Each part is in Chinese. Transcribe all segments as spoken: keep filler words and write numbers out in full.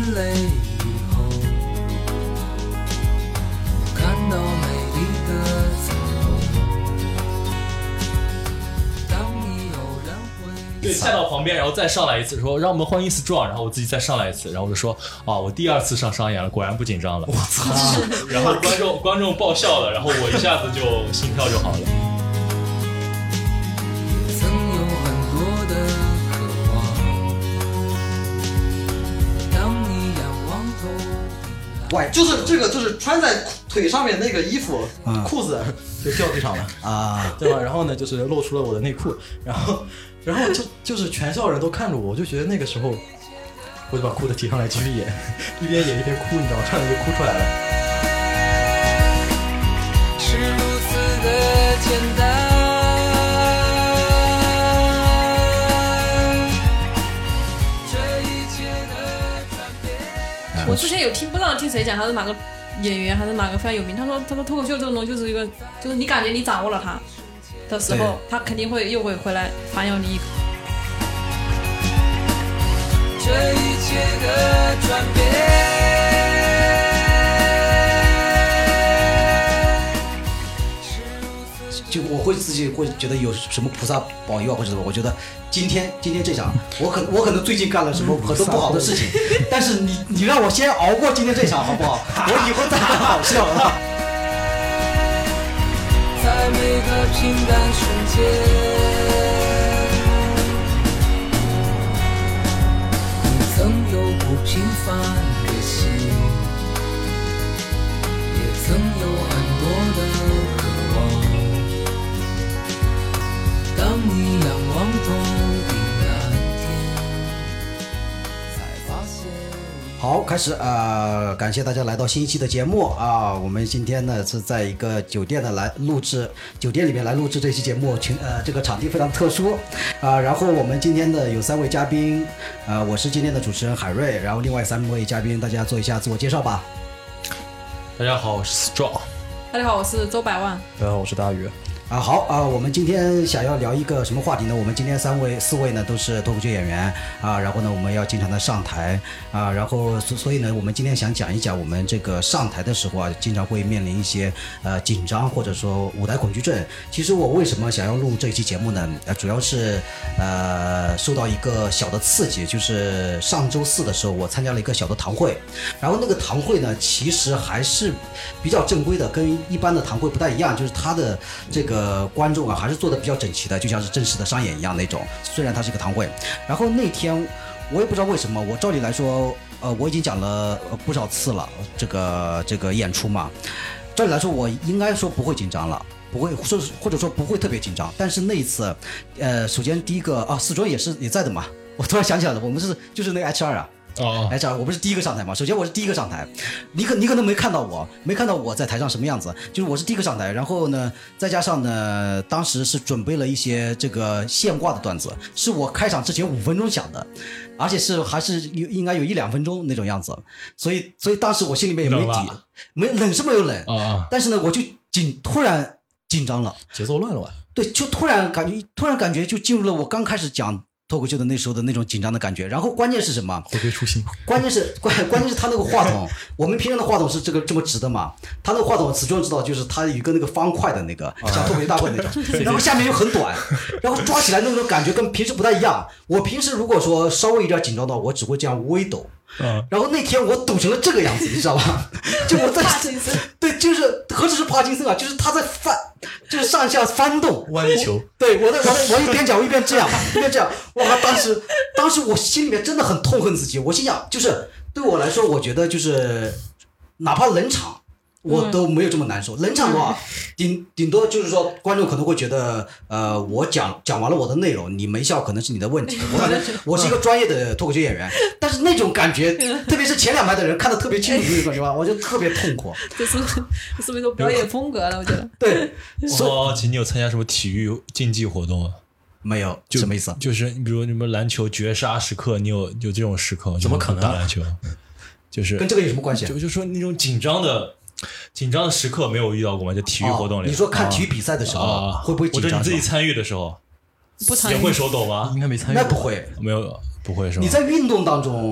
泪以后，看到美丽的彩虹。当你偶然回对，站到旁边，然后再上来一次，说让我们欢迎 Strong， 然后我自己再上来一次，然后我就说啊，我第二次上商演了，果然不紧张了。我操！然后观众观众爆笑了，然后我一下子就心跳就好了。 曾有很多的渴望，当你仰望头外就是这个就是穿在腿上面那个衣服、 嗯、 裤子就掉地上了啊， 对吧？然后呢，就是露出了我的内裤，然后，然后就就是全校人都看着我，我就觉得那个时候，我就把裤子提上来继续演，一边演一边哭，你知道吗？差点就哭出来了。 是如此的简单，这一切的转变。 我之前有听不知道听谁讲，他是哪个演员还是哪个非常有名，他说他说脱口秀这种东西就是一个，就是你感觉你掌握了它的时候，他肯定会又会回来反咬你一口。 这一切的转变， 就我会自己会觉得有什么菩萨保佑或者什么，我觉得今天今天这场，我可我可能最近干了什么很多不好的事情，但是你你让我先熬过今天这场好不好？我以后再干好笑了。 在每个平淡瞬间，你曾有不平凡的心，也曾有很多的渴望。当你仰望头顶蓝天，才发现。 好，开始呃，感谢大家来到新一期的节目啊！我们今天呢是在一个酒店的来录制，酒店里面来录制这期节目，群呃这个场地非常特殊啊。然后我们今天的有三位嘉宾，呃，我是今天的主持人海瑞，然后另外三位嘉宾，大家做一下自我介绍吧。 大家好，我是 Strong。 大家好，我是周百万。 大家好，我是大鱼。 啊，好啊，我们今天想要聊一个什么话题呢？我们今天三位四位呢都是脱口秀演员啊，然后呢我们要经常的上台啊，然后所所以呢我们今天想讲一讲我们这个上台的时候啊，经常会面临一些呃紧张或者说舞台恐惧症。其实我为什么想要录这一期节目呢？呃，主要是呃受到一个小的刺激，就是上周四的时候我参加了一个小的堂会，然后那个堂会呢其实还是比较正规的，跟一般的堂会不太一样，就是它的这个。呃，观众啊还是做的比较整齐的，就像是正式的商演一样那种。虽然它是一个堂会，然后那天我也不知道为什么，我照理来说，呃，我已经讲了不少次了，这个这个演出嘛，照理来说我应该说不会紧张了，不会说或者说不会特别紧张。但是那一次，呃，首先第一个啊，四桌也是也在的嘛，我突然想起来了，我们是就是那个 H R 啊。 哦， 来这儿，我不是第一个上台吗？首先我是第一个上台，你可你可能没看到我，没看到我在台上什么样子，就是我是第一个上台，然后呢，再加上呢，当时是准备了一些这个现挂的段子，是我开场之前五分钟想的，而且是还是有应该有一两分钟那种样子，所以所以当时我心里面也没底，没冷是没有冷， 哦、 但是呢，我就紧突然紧张了， 节奏乱了吧？ 对，就突然感觉突然感觉就进入了我刚开始讲脱口秀的那时候的那种紧张的感觉，然后关键是什么？ 回归初心。 关键是关关键是他那个话筒，我们平常的话筒是这个这么直的嘛，他那个话筒始终知道，就是他有一个那个方块的那个，像脱口秀大会那种，然后下面又很短，然后抓起来那种感觉跟平时不太一样。我平时如果说稍微有点紧张的话，我只会这样微抖。嗯，然后那天我抖成了这个样子，你知道吧？就我在对，就是何止是帕金森啊，就是他在翻，就是上下翻动， 弯一球。 对，我在我在我一边讲我一边这样，一边这样，哇！当时当时我心里面真的很痛恨自己，我心想，就是对我来说，我觉得就是哪怕冷场。我都没有这么难受。冷场的话，顶顶多就是说，观众可能会觉得，呃，我讲讲完了我的内容，你没笑可能是你的问题。我反正我是一个专业的脱口秀演员，但是那种感觉，特别是前两排的人看得特别清楚那种感觉吧，我就特别痛苦。 这是这是不是说表演风格了？我觉得。 对。 哦，请你有参加什么体育竞技活动啊？ 没有，什么意思？ 就是你比如什么篮球绝杀时刻，你有有这种时刻吗？ 怎么可能打篮球？就是跟这个有什么关系？ 就就说那种紧张的。紧张的时刻没有遇到过吗？就体育活动里、 哦，你说看体育比赛的时候、哦、会不会紧张？ 或者你自己参与的时候， 不参与也会手抖吗？ 应该没参与。 那不会， 没有，不会是吧？ 你在运动当中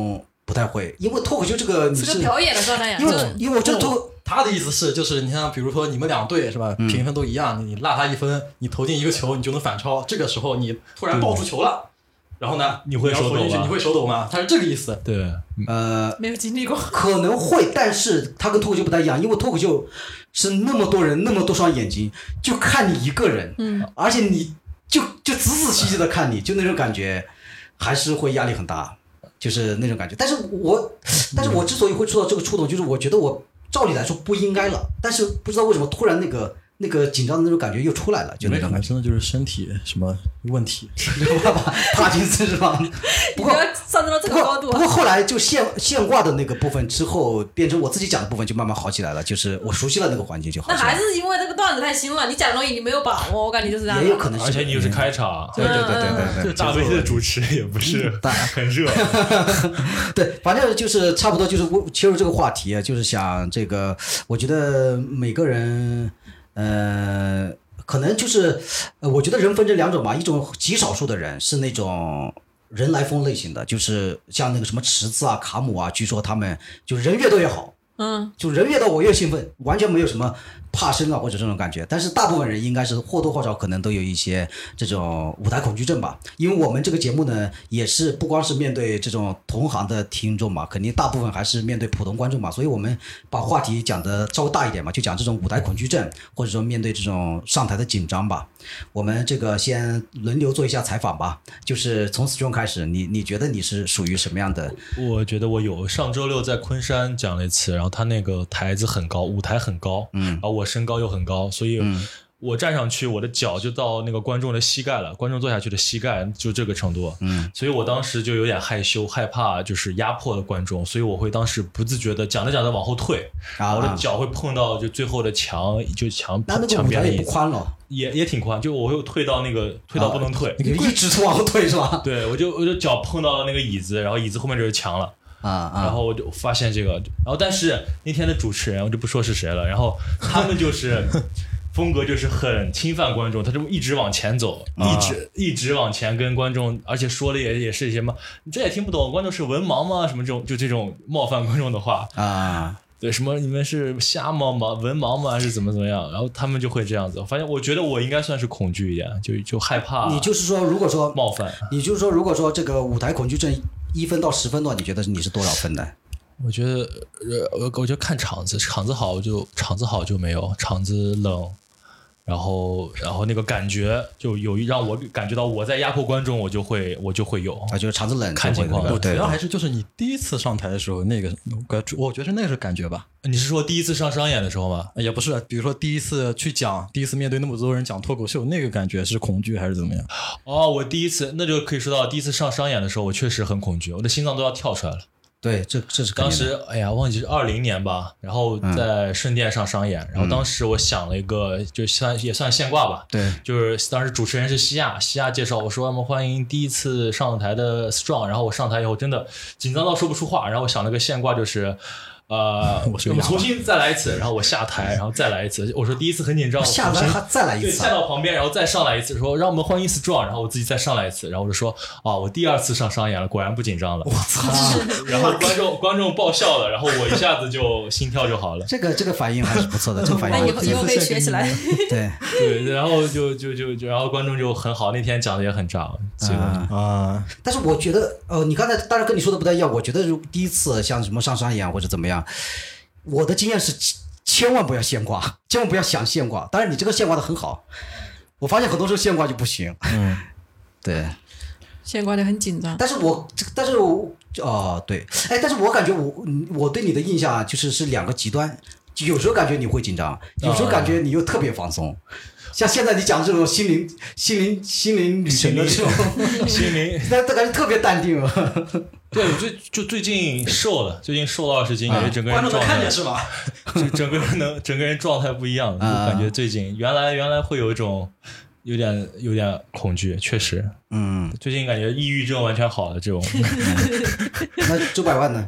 不太会，因为脱口秀这个你是是个表演的状态呀。 因为就因为我这脱他的意思是，就是你像比如说你们两队是吧， 嗯评分都一样，你落他一分，你投进一个球，你就能反超。这个时候你突然爆出球了，然后呢， 你会要投手抖吗进去你会手抖吗？他是这个意思。 对， 呃没有经历过。 可能会，但是它跟脱口秀不太一样，因为脱口秀是那么多人，那么多双眼睛，就看你一个人， 嗯， 而且你就就仔仔细细的看你，就那种感觉，还是会压力很大，就是那种感觉。但是我，但是我之所以会触到这个触动，就是我觉得我照理来说不应该了，但是不知道为什么突然那个那个紧张的那种感觉又出来了，就那种感觉。 真的就是身体什么问题， 没有办法，帕金森是吧？ 你不过不要上升到这不过个高度不。过后来就现现挂的那个部分之后，变成我自己讲的部分就慢慢好起来了，就是我熟悉了那个环境就好起来了。 那还是因为这个段子太新了，你讲的东西你没有把握，我感觉就是这样的。 也有可能是， 而且你又是开场， 对对对对对对， 大 V 的主持也不是很热。 对，反正就是差不多，就是切入这个话题，就是想这个，我觉得每个人，呃，可能就是，呃，我觉得人分成两种嘛，一种极少数的人是那种人来疯类型的，就是像那个什么池子啊、卡姆啊，据说他们就人越多越好。 嗯， 就人越多我越兴奋，完全没有什么怕生啊或者这种感觉。但是大部分人应该是或多或少可能都有一些这种舞台恐惧症吧。因为我们这个节目呢，也是不光是面对这种同行的听众嘛，肯定大部分还是面对普通观众嘛。所以我们把话题讲的稍微大一点嘛，就讲这种舞台恐惧症，或者说面对这种上台的紧张吧。我们这个先轮流做一下采访吧，就是从 Strong 开始，你你觉得你是属于什么样的？ 我觉得我有，上周六在昆山讲了一次，然后他那个台子很高，舞台很高，嗯，然后我身高又很高，所以我站上去，我的脚就到那个观众的膝盖了，观众坐下去的膝盖就这个程度，嗯，所以我当时就有点害羞，害怕就是压迫了观众，所以我会当时不自觉的讲着讲着往后退， 啊， 我的脚会碰到就最后的墙，就墙那那个墙舞台也边的椅子， 不宽了。 也也挺宽，就我会退到那个退到不能退， 你一直往后退是吧？ 对，我就我就脚碰到了那个椅子，然后椅子后面就是墙了。 啊啊！ 然后我就发现这个，然后但是那天的主持人我就不说是谁了，然后他们就是风格就是很侵犯观众，他就一直往前走， 啊、 一直一直往前跟观众，而且说的也也是什么，你这也听不懂，观众是文盲吗？什么这种就这种冒犯观众的话啊。 对，什么你们是瞎吗吗？文盲吗？还是怎么怎么样？然后他们就会这样子。我发现，我觉得我应该算是恐惧一点，就就害怕。 你就是说，如果说冒犯， 你就是说，如果说这个舞台恐惧症一分到十分的话，你觉得你是多少分的？ 我觉得，呃，我我觉得看场子，场子好就场子好就没有，场子冷。然后，然后那个感觉就有让我感觉到我在压迫观众，我就会我就会有啊，就是场子冷， 看情况。 主要还是就是你第一次上台的时候，那个我觉得那个是感觉吧。 你是说第一次上商演的时候吗？ 也不是，比如说第一次去讲，第一次面对那么多人讲脱口秀，那个感觉是恐惧还是怎么样？ 哦，我第一次那就可以说到第一次上商演的时候，我确实很恐惧，我的心脏都要跳出来了。 对，这这是当时哎呀，忘记是二零年吧，然后在顺电上商演，嗯、然后当时我想了一个，就算也算现挂吧， 对， 就是当时主持人是西亚，西亚介绍我说我们欢迎第一次上台的 Strong， 然后我上台以后真的紧张到说不出话，然后我想了个现挂就是。呃，我们重新再来一次，然后我下台，然后再来一次。我说第一次很紧张， 下台还再来一次， 对，下到旁边，然后再上来一次，说让我们欢迎 Strong， 然后我自己再上来一次，然后我就说啊，我第二次上商演了，果然不紧张了。 我操！ 然后观众观众爆笑了，然后我一下子就心跳就好了。 这个这个反应还是不错的，这个反应以后以后可以学起来。 对对，然后就就就就，然后观众就很好，那天讲的也很炸啊啊！但是我觉得，呃，你刚才当然跟你说的不太一样，我觉得如第一次像什么上商演或者怎么样。我的经验是，千万不要现挂，千万不要想现挂。当然，你这个现挂的很好，我发现很多时候现挂就不行。嗯，对， 现挂就很紧张。 但是我，但是我，哦，对，哎，但是我感觉我，我对你的印象就是是两个极端，有时候感觉你会紧张，有时候感觉你又特别放松。像现在你讲这种心灵、心灵、心灵旅程的这种心灵， 那感觉特别淡定了。 对，我最就最近瘦了，最近瘦了二十斤，感觉整个人状态， 看见是吧？ 就整个人能，整个人状态不一样，就感觉最近原来原来会有一种有点有点恐惧，确实，嗯，最近感觉抑郁症完全好了这种。 那周百万呢？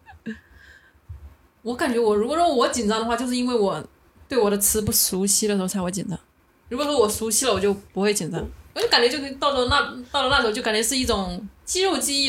我感觉我如果说我紧张的话，就是因为我对我的词不熟悉的时候才会紧张。如果说我熟悉了，我就不会紧张。我就感觉就到了那到了那时候，就感觉是一种肌肉记忆了嘛。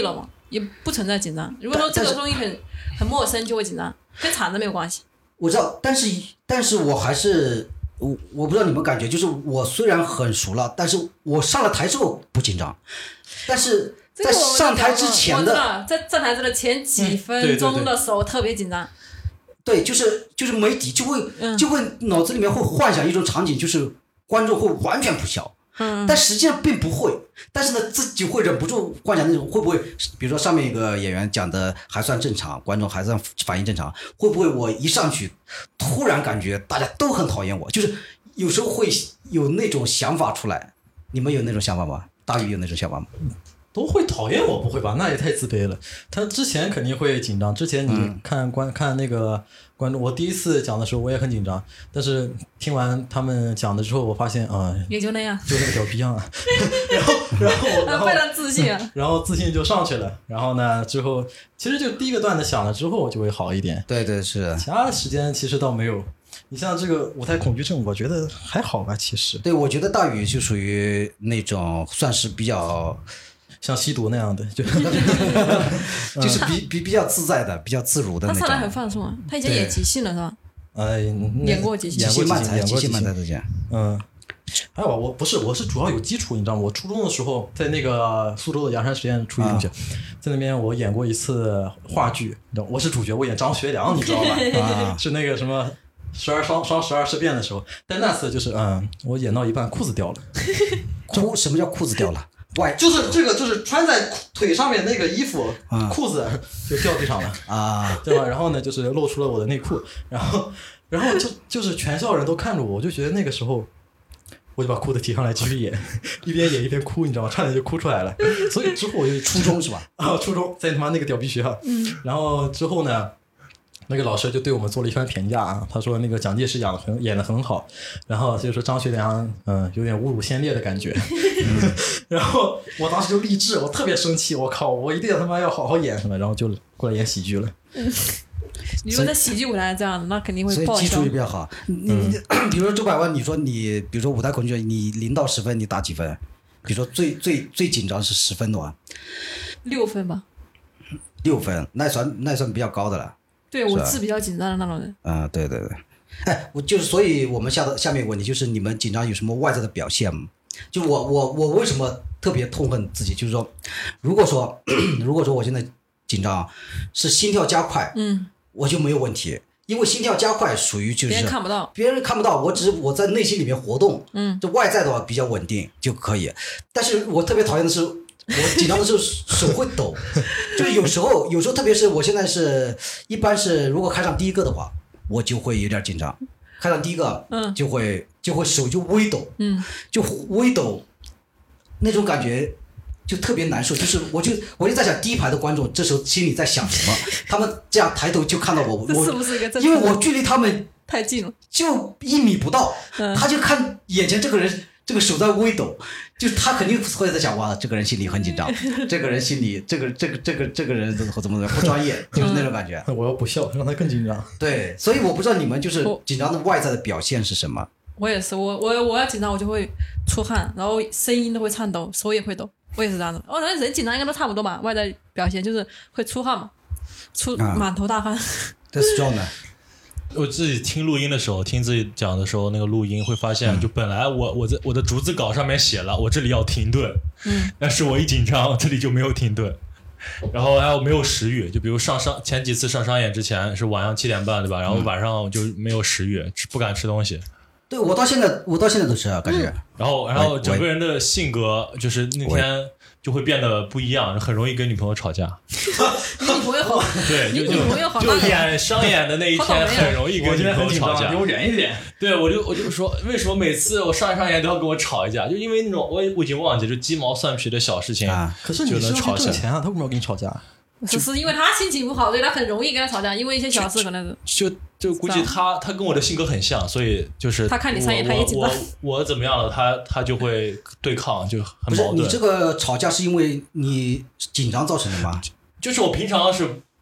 也不存在紧张。如果说这个东西很很陌生，就会紧张，跟场子没有关系。 我知道，但是但是我还是我我不知道你们感觉，就是我虽然很熟了，但是我上了台之后不紧张，但是在上台之前的， 在上台之前几分钟的时候特别紧张。 对，就是就是没底，就会、嗯、就会脑子里面会幻想一种场景，就是观众会完全不笑。嗯，但实际上并不会，但是呢，自己会忍不住幻想那种会不会，比如说上面一个演员讲的还算正常，观众还算反应正常，会不会我一上去，突然感觉大家都很讨厌我，就是有时候会有那种想法出来。你们有那种想法吗？大宇有那种想法吗？ 都会讨厌我，不会吧？那也太自卑了。他之前肯定会紧张，之前你看观、嗯、看那个观众，我第一次讲的时候我也很紧张，但是听完他们讲的之后，我发现啊、呃， 也就那样， 就那个屌逼样啊。然后然后然后非常自信、啊， 然后自信就上去了。然后呢，之后其实就第一个段子想了之后就会好一点。 对对是。 其他时间其实倒没有。你像这个舞台恐惧症，我觉得还好吧，其实。 对，我觉得大宇就属于那种算是比较。 像吸毒那样的，就就是比比比较自在的，比较自如的那种。 他上来很放松啊，他以前演即兴了是吧？ 哎， 演过即兴， 演过漫才，即兴漫才之前。 嗯，还有我不是，我是主要有基础，你知道吗？我初中的时候在那个苏州的阳山实验初一中学，啊、在那边我演过一次话剧，你知道，我是主角，我演张学良，你知道吧？啊，是那个什么。十二双双十二事变的时候，但那次就是嗯，我演到一半裤子掉了。 裤什么叫裤子掉了？ 外就是这个就是穿在腿上面那个衣服、啊、裤子就掉地上了啊，对吧？然后呢，就是露出了我的内裤，然后然后就就是全校人都看着我，我就觉得那个时候我就把裤子提上来继续演，一边演一边哭，你知道吗？差点就哭出来了。所以之后我就初中是吧？ 啊，初中在他妈那个屌逼学校，嗯，然后之后呢？那个老师就对我们做了一番评价啊，他说那个蒋介石演的很演的很好，然后就说张学良嗯有点侮辱先烈的感觉，嗯、然后我当时就励志，我特别生气，我靠，我一定要他妈要好好演什么，然后就过来演喜剧了。 嗯、你说在喜剧舞台这样，那肯定会爆笑。 所以基础也比较好。你、嗯、比如说周百万，你说你比如说舞台恐惧，你零到十分你打几分？比如说最最最紧张是十分的话， 六分吧。 六分，那算那算比较高的了。 对，我是比较紧张的那种人。 啊、呃，对对对，哎，我就是，所以我们下的下面一个问题就是，你们紧张有什么外在的表现吗？就我我我为什么特别痛恨自己？就是说，如果说如果说我现在紧张是心跳加快，嗯，我就没有问题，因为心跳加快属于就是别人看不到， 别人看不到，我只是我在内心里面活动，嗯，这外在的话比较稳定就可以。但是我特别讨厌的是。我紧张的时候手会抖，就是有时候，有时候特别是我现在是一般是如果开场第一个的话，我就会有点紧张。开场第一个，嗯，就会就会手就微抖，嗯，就微抖，那种感觉就特别难受。就是我就我就在想，第一排的观众这时候心里在想什么？他们这样抬头就看到我，我是不是一个正常？ 因为我距离他们太近了， 就一米不到，嗯、他就看眼前这个人。这个手在微抖，就是他肯定会在想，哇，这个人心里很紧张，这个人心里，这个这个这个这个人怎么怎么不专业，就是那种感觉。 我要不笑，让他更紧张。 对，所以我不知道你们就是紧张的外在的表现是什么。 我也是，我我我要紧张，我就会出汗，然后声音都会颤抖，手也会抖，我也是这样的。哦，人人紧张应该都差不多吧，外在表现就是会出汗嘛，出满头大汗。 这是重的。 我自己听录音的时候，听自己讲的时候，那个录音会发现，嗯、就本来我我在我的逐字稿上面写了，我这里要停顿，嗯，但是我一紧张，这里就没有停顿，然后还有没有时语，就比如上上前几次上商演之前是晚上七点半对吧？然后晚上就没有时语，不敢吃东西。 对，我到现在我到现在都是感觉。 然后然后整个人的性格就是那天。就会变得不一样，很容易跟女朋友吵架。 你女朋友好， 对，就你女朋友好， 就演商演的那一天很容易跟女朋友吵架。 离我远一点。 对，我就我就说，为什么每次我上一商演都要跟我吵一架？就因为那种我我已经忘记，就鸡毛蒜皮的小事情，啊、 可是你是要去挣钱啊，他为什么要跟你吵架？ 只是因为他心情不好，所以他很容易跟他吵架，因为一些小事可能是。就就估计他他跟我的性格很像，所以就是他看你上演他也紧张。 我我怎么样了，他他就会对抗，就很矛盾。 不是你这个吵架是因为你紧张造成的吗？ 就是我平常是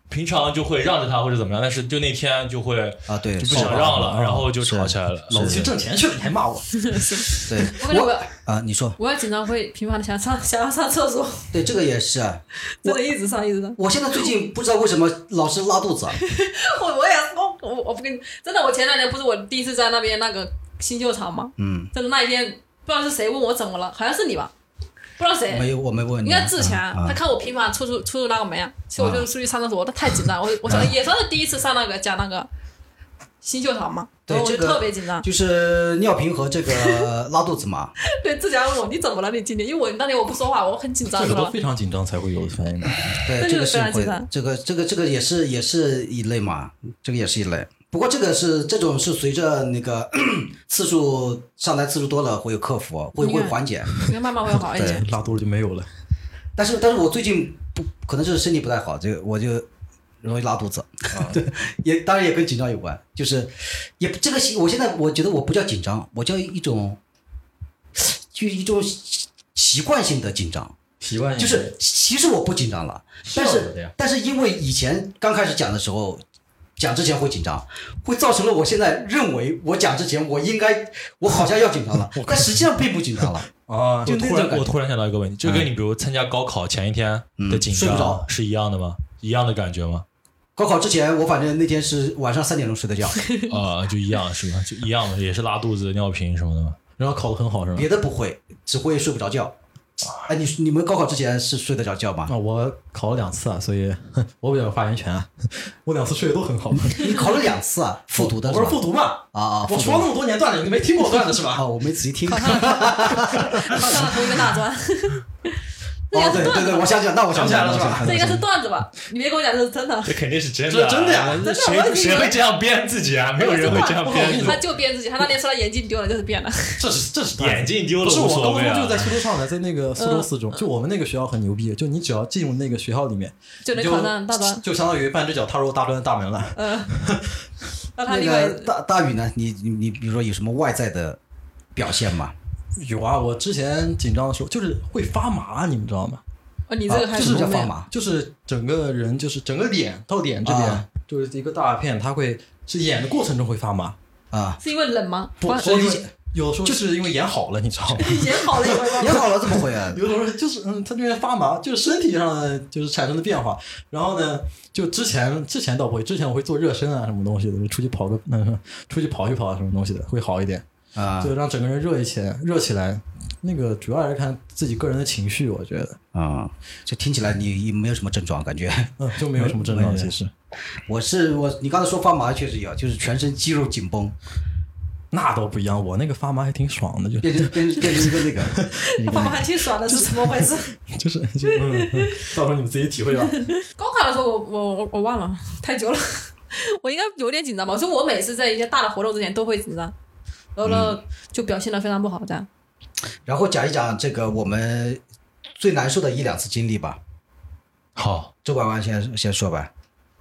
平常就会让着他或者怎么样，但是就那天就会啊，对， 就不想让了， 是然后就吵起来了。 老子去挣钱去了，你还骂我？ 对， 我感觉我啊，你说， 我要紧张会频繁的想上想要上厕所， 对，这个也是啊。 真的一直上一直上。 我现在最近不知道为什么老是拉肚子啊。 我我也我我我不跟你真的，我前两天不是我第一次在那边那个新秀场吗？ 嗯， 真的那一天不知道是谁问我怎么了，好像是你吧。不知道谁， 没有，我没问你。 应该志强， 啊、 他看我频繁出出出入那个门啊，其实我就出去上厕所，我都太紧张，我我也算是第一次上那个讲那个新秀场嘛， 对， 我这个特别紧张， 就是尿频和这个拉肚子嘛。 对，志强问我你怎么了？你今天，因为我那天我不说话，我很紧张， 这个都非常紧张才会有的反应的。 对，这个是会，这个这个这个也是也是一类嘛，这个也是一类。不过这个是这种是随着那个次数上台次数多了会有克服，会会缓解， 应该慢慢会好一点。 拉肚子就没有了。 但是但是我最近不可能是身体不太好，这个我就容易拉肚子。啊、对，也当然也跟紧张有关，就是也这个我现在我觉得我不叫紧张，我叫一种就一种习惯性的紧张。 习惯性就是其实我不紧张了，但是但是因为以前刚开始讲的时候。讲之前会紧张，会造成了我现在认为我讲之前我应该我好像要紧张了，但实际上并不紧张了啊！就突然我突然想到一个问题，就跟你比如参加高考前一天的紧张是一样的吗？一样的感觉吗？ 高考之前我反正那天是晚上三点钟睡的觉啊，就一样是吧？就一样的，也是拉肚子、尿频什么的吗？ 然后考得很好是吧？ 别的不会，只会睡不着觉。哎，你你们高考之前是睡得着觉吗？ 啊，我考了两次啊，所以我比较有发言权啊。我两次睡得都很好。 你考了两次啊？复读的？ 我不是复读嘛？ 啊啊！ 我说了那么多年段子，你没听过我段子是吧？ 啊，我没仔细听。 考上了，考上了同一个大专。 哦，对对对，我想起来，那我想起来了是吧？ 这应该是段子吧？你别跟我讲这是真的。 这肯定是真的， 真的呀！ 谁谁会这样编自己啊？没有人会这样编。 他就编自己，他那天说他眼镜丢了，就是编的。 这是这是眼镜丢了无所谓啊。 我高中就在苏州上的，在那个苏州四中，就我们那个学校很牛逼，就你只要进入那个学校里面， 就能考上大专， 就相当于半只脚踏入大专的大门了。 嗯。 那个大大宇呢？你你你，比如说有什么外在的表现吗？ 有啊，我之前紧张的时候就是会发麻，你们知道吗？ 哦，你这个还是叫发麻， 就是整个人就是整个脸到脸这边、啊、就是一个大片，它会是演的过程中会发麻啊， 是因为冷吗？ 不，是因为有时候就是因为演好了，你知道吗？ 演好了以后演好了怎么会啊？ 有时候就是嗯，它这边发麻，就是身体上的就是产生的变化。然后呢，就之前之前倒不会，之前我会做热身啊，什么东西的，出去跑个嗯，出去跑一跑什么东西的，会好一点啊， 就让整个人热一起来，热起来。那个主要还是看自己个人的情绪，我觉得啊、嗯，就听起来你没有什么症状，感觉嗯，就没有什么症状。其实我是我，你刚才说发麻确实有，就是全身肌肉紧绷， 那倒不一样。我那个发麻还挺爽的，就变成变成变成一个那个， 他发麻还挺爽的，是怎么回事？ 就是就、嗯、到时候你们自己体会吧。 高考的时候我我我我忘了，太久了，我应该有点紧张吧。我说我每次在一些大的活动之前都会紧张，然后呢就表现得非常不好，这样。 然后讲一讲这个我们最难受的一两次经历吧。 好， 周婉婉先先说吧。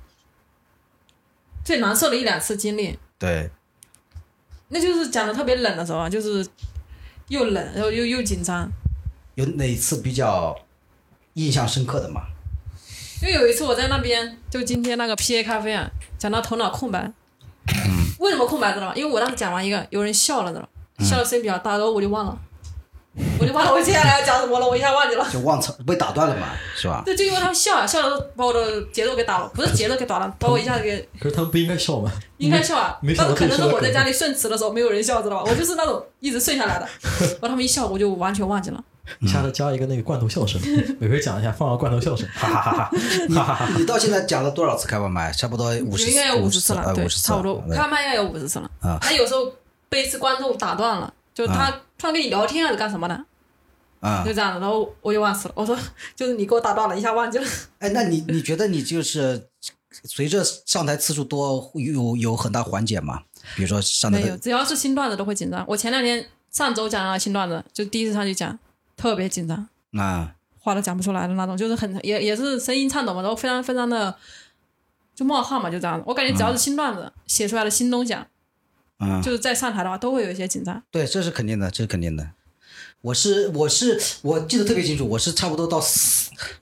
最难受的一两次经历， 对， 那就是讲的特别冷的时候啊，就是又冷，然后又又紧张。 有哪一次比较印象深刻的吗？ 因为有一次我在那边，就今天那个 P A 咖啡啊，讲到头脑空白。 嗯。 为什么空白知道吗？因为我当时讲完一个，有人笑了，知道吗？笑的声音比较大，然后我就忘了。我就忘了我接下来要讲什么了，我一下忘记了， 就忘词被打断了嘛，是吧？ 对，就因为他们笑啊，笑了把我的节奏给打了，不是节奏给打了，把我一下子给。 可是他们不应该笑吗？ 应该笑啊， 没想到可能是我在家里顺词的时候没有人笑，知道吧？我就是那种一直顺下来的，然后他们一笑我就完全忘记了。 你下次加一个那个罐头笑声，每回讲一下，放个罐头笑声，哈哈哈哈！你到现在讲了多少次开外卖？差不多五十， 应该有五十次了，对，差不多。开外卖应该有五十次了。 啊， 他有时候被一次观众打断了，就他突然跟你聊天还是干什么的？ 啊， 就这样的，然后我就忘词了。我说，就是你给我打断了，一下忘记了。 哎，那你你觉得你就是随着上台次数多，有有很大缓解吗？比如说上台没有，只要是新段子都会紧张。我前两天上周讲了新段子，就第一次上去讲，特别紧张啊， 话都讲不出来的那种，就是很也也是声音颤抖嘛，然后非常非常的就冒汗嘛，就这样。我感觉只要是新段子、嗯、写出来的新东西啊，嗯，就是在上台的话都会有一些紧张。 对，这是肯定的，这是肯定的。我是我是我记得特别清楚，我是差不多到四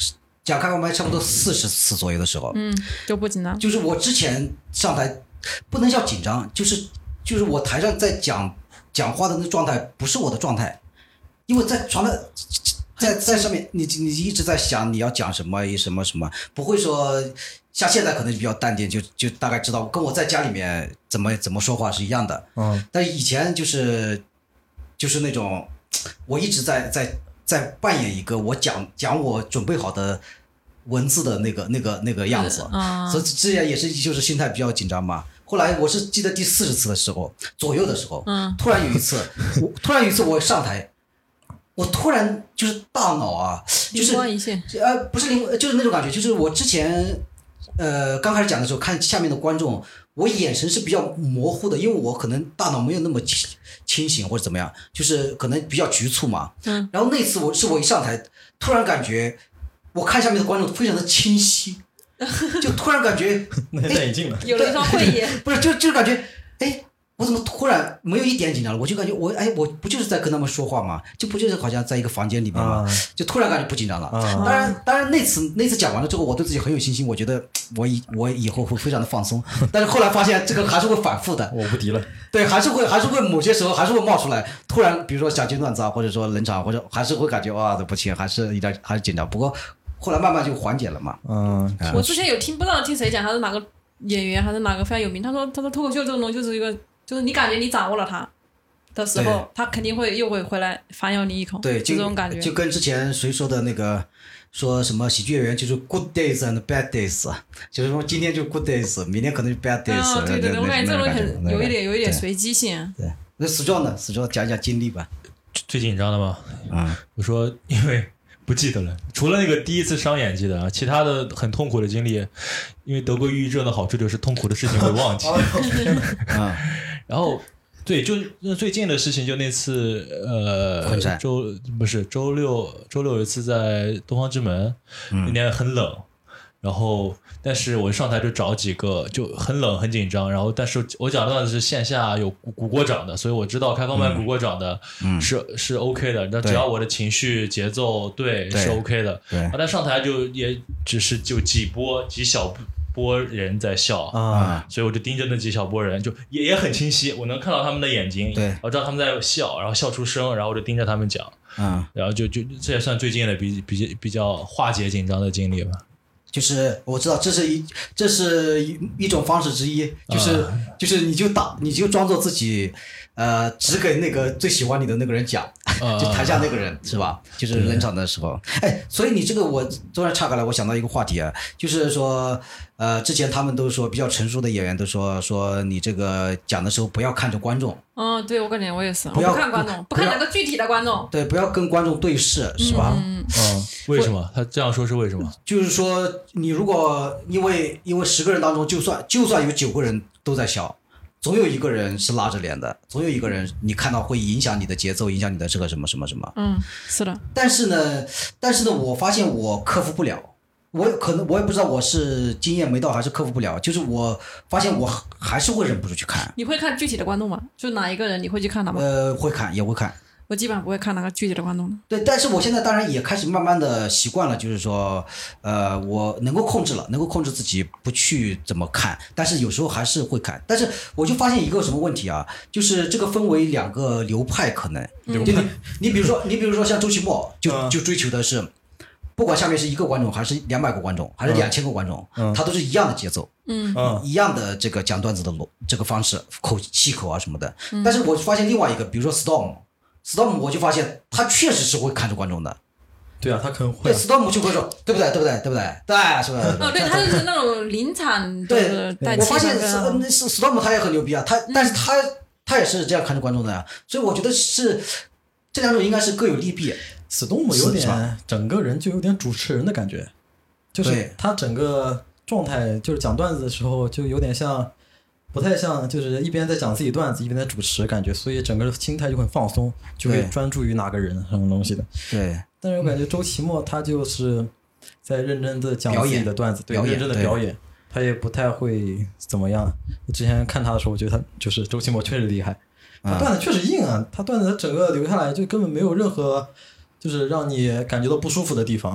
讲开放麦差不多四十次左右的时候， 嗯，就不紧张。 就是我之前上台不能叫紧张，就是就是我台上在讲讲话的那状态不是我的状态，因为在传的在在上面你你一直在想你要讲什么什么什么，不会说像现在可能比较淡定，就就大概知道跟我在家里面怎么怎么说话是一样的。 嗯， 但是以前就是就是那种我一直在在在扮演一个我讲讲我准备好的文字的那个那个那个样子， 嗯、 所以这也是就是心态比较紧张嘛。后来我是记得第四十次的时候左右的时候， 嗯， 突然有一次，我突然有一次我上台，我突然就是大脑啊，就是灵光一现， 呃，不是灵，就是那种感觉，就是我之前呃刚开始讲的时候，看下面的观众，我眼神是比较模糊的，因为我可能大脑没有那么清清醒或者怎么样，就是可能比较局促嘛。 嗯， 然后那次我是我一上台，突然感觉我看下面的观众非常的清晰。就突然感觉那戴眼镜了， 有了一双慧眼， 不是就就感觉，哎，我怎么突然没有一点紧张了？我就感觉我哎，我不就是在跟他们说话吗？就不就是好像在一个房间里面吗？ 啊、 就突然感觉不紧张了。 啊、 当然，当然那次那次讲完了之后，我对自己很有信心，我觉得我以我以后会非常的放松。但是后来发现这个还是会反复的， 我不敌了。 对，还是会还是会某些时候还是会冒出来，突然比如说讲金段子啊，或者说冷场，或者还是会感觉哇，不行，还是有点还是紧张。不过。后来慢慢就缓解了嘛。 嗯， 我之前有听不知道听谁讲，他是哪个演员还是哪个非常有名，他说他说脱口秀这种东西就是一个，就是你感觉你掌握了它的时候，他肯定会又会回来反咬你一口， 对， 就这种感觉。 就跟之前谁说的那个说什么喜剧演员就是 good days and bad days， 就是说今天就 good days， 明天可能就 bad days。 啊，对对对，我感觉这种很有一点有一点随机性。 对，那死壮呢？死壮讲讲经历吧。 最紧张的吗？ 嗯， 我说因为。不记得了，除了那个第一次商演记得啊，其他的很痛苦的经历，因为得过抑郁症的好处就是痛苦的事情会忘记。 啊， 然后对，就最近的事情就那次呃，周不是周六周六有一次在东方之门， 嗯、 那天很冷，然后但是我上台就找几个就很冷很紧张，然后但是我讲的是线下有鼓鼓掌的，所以我知道开放麦鼓过掌的是、嗯、是 OK 的，那只要我的情绪节奏对是 OK 的， 对， 啊，但上台就也只是就几波几小波人在笑啊， 所以我就盯着那几小波人，就也也很清晰，我能看到他们的眼睛， 对， 我知道他们在笑，然后笑出声，然后我就盯着他们讲， 嗯， 然后就就这也算最近的比比比较化解紧张的经历吧。 就是我知道这是一这是一一种方式之一，就是、uh, 就是你就打你就装作自己呃只给那个最喜欢你的那个人讲， uh, 就台下那个人是吧？就是冷场的时候，哎，所以你这个我突然岔开来，我想到一个话题啊，就是说呃之前他们都说比较成熟的演员都说说你这个讲的时候不要看着观众。 嗯，对，我感觉我也是， 不要我不看观众，不看哪个具体的观众。 对，不要跟观众对视，是吧？ 嗯， 嗯，为什么？他这样说是为什么？ 就是说，你如果因为因为十个人当中，就算就算有九个人都在笑，总有一个人是拉着脸的，总有一个人你看到会影响你的节奏，影响你的这个什么什么什么。 嗯，是的。 但是呢，但是呢，我发现我克服不了。我可能我也不知道我是经验没到还是克服不了，就是我发现我还是会忍不住去看。 你会看具体的观众吗？就哪一个人你会去看他吗？ 呃，会看，也会看。 我基本上不会看哪个具体的观众的。 对，但是我现在当然也开始慢慢的习惯了，就是说，呃，我能够控制了，能够控制自己不去怎么看，但是有时候还是会看。但是我就发现一个什么问题啊，就是这个分为两个流派，可能， 嗯、 就你你比如说，你比如说像周奇墨，就就追求的是。不管下面是一个观众还是两百个观众还是两千个观众，嗯，他都是一样的节奏， 嗯， 一样的这个讲段子的逻这个方式，口气口啊什么的。嗯、但是我发现另外一个，比如说 Storm，Storm 我就发现他确实是会看着观众的。 对啊，他可能会。 对 Storm 就会说，对不对？对不对？对不对？对，是不是？ 哦，对，他是那种临场对， 带我发现是 Storm 他也很牛逼啊，他但是他他也是这样看着观众的呀，所以我觉得是这两种应该是各有利弊。 Storm 有点整个人就有点主持人的感觉，就是他整个状态就是讲段子的时候就有点像，不太像就是一边在讲自己段子一边在主持感觉，所以整个心态就很放松，就会专注于哪个人什么东西的。 对， 但是我感觉周奇墨他就是在认真的讲自己的段子，对，认真的表演，他也不太会怎么样。我之前看他的时候，我觉得他就是周奇墨确实厉害，他段子确实硬啊，他段子整个留下来就根本没有任何。就是让你感觉到不舒服的地方，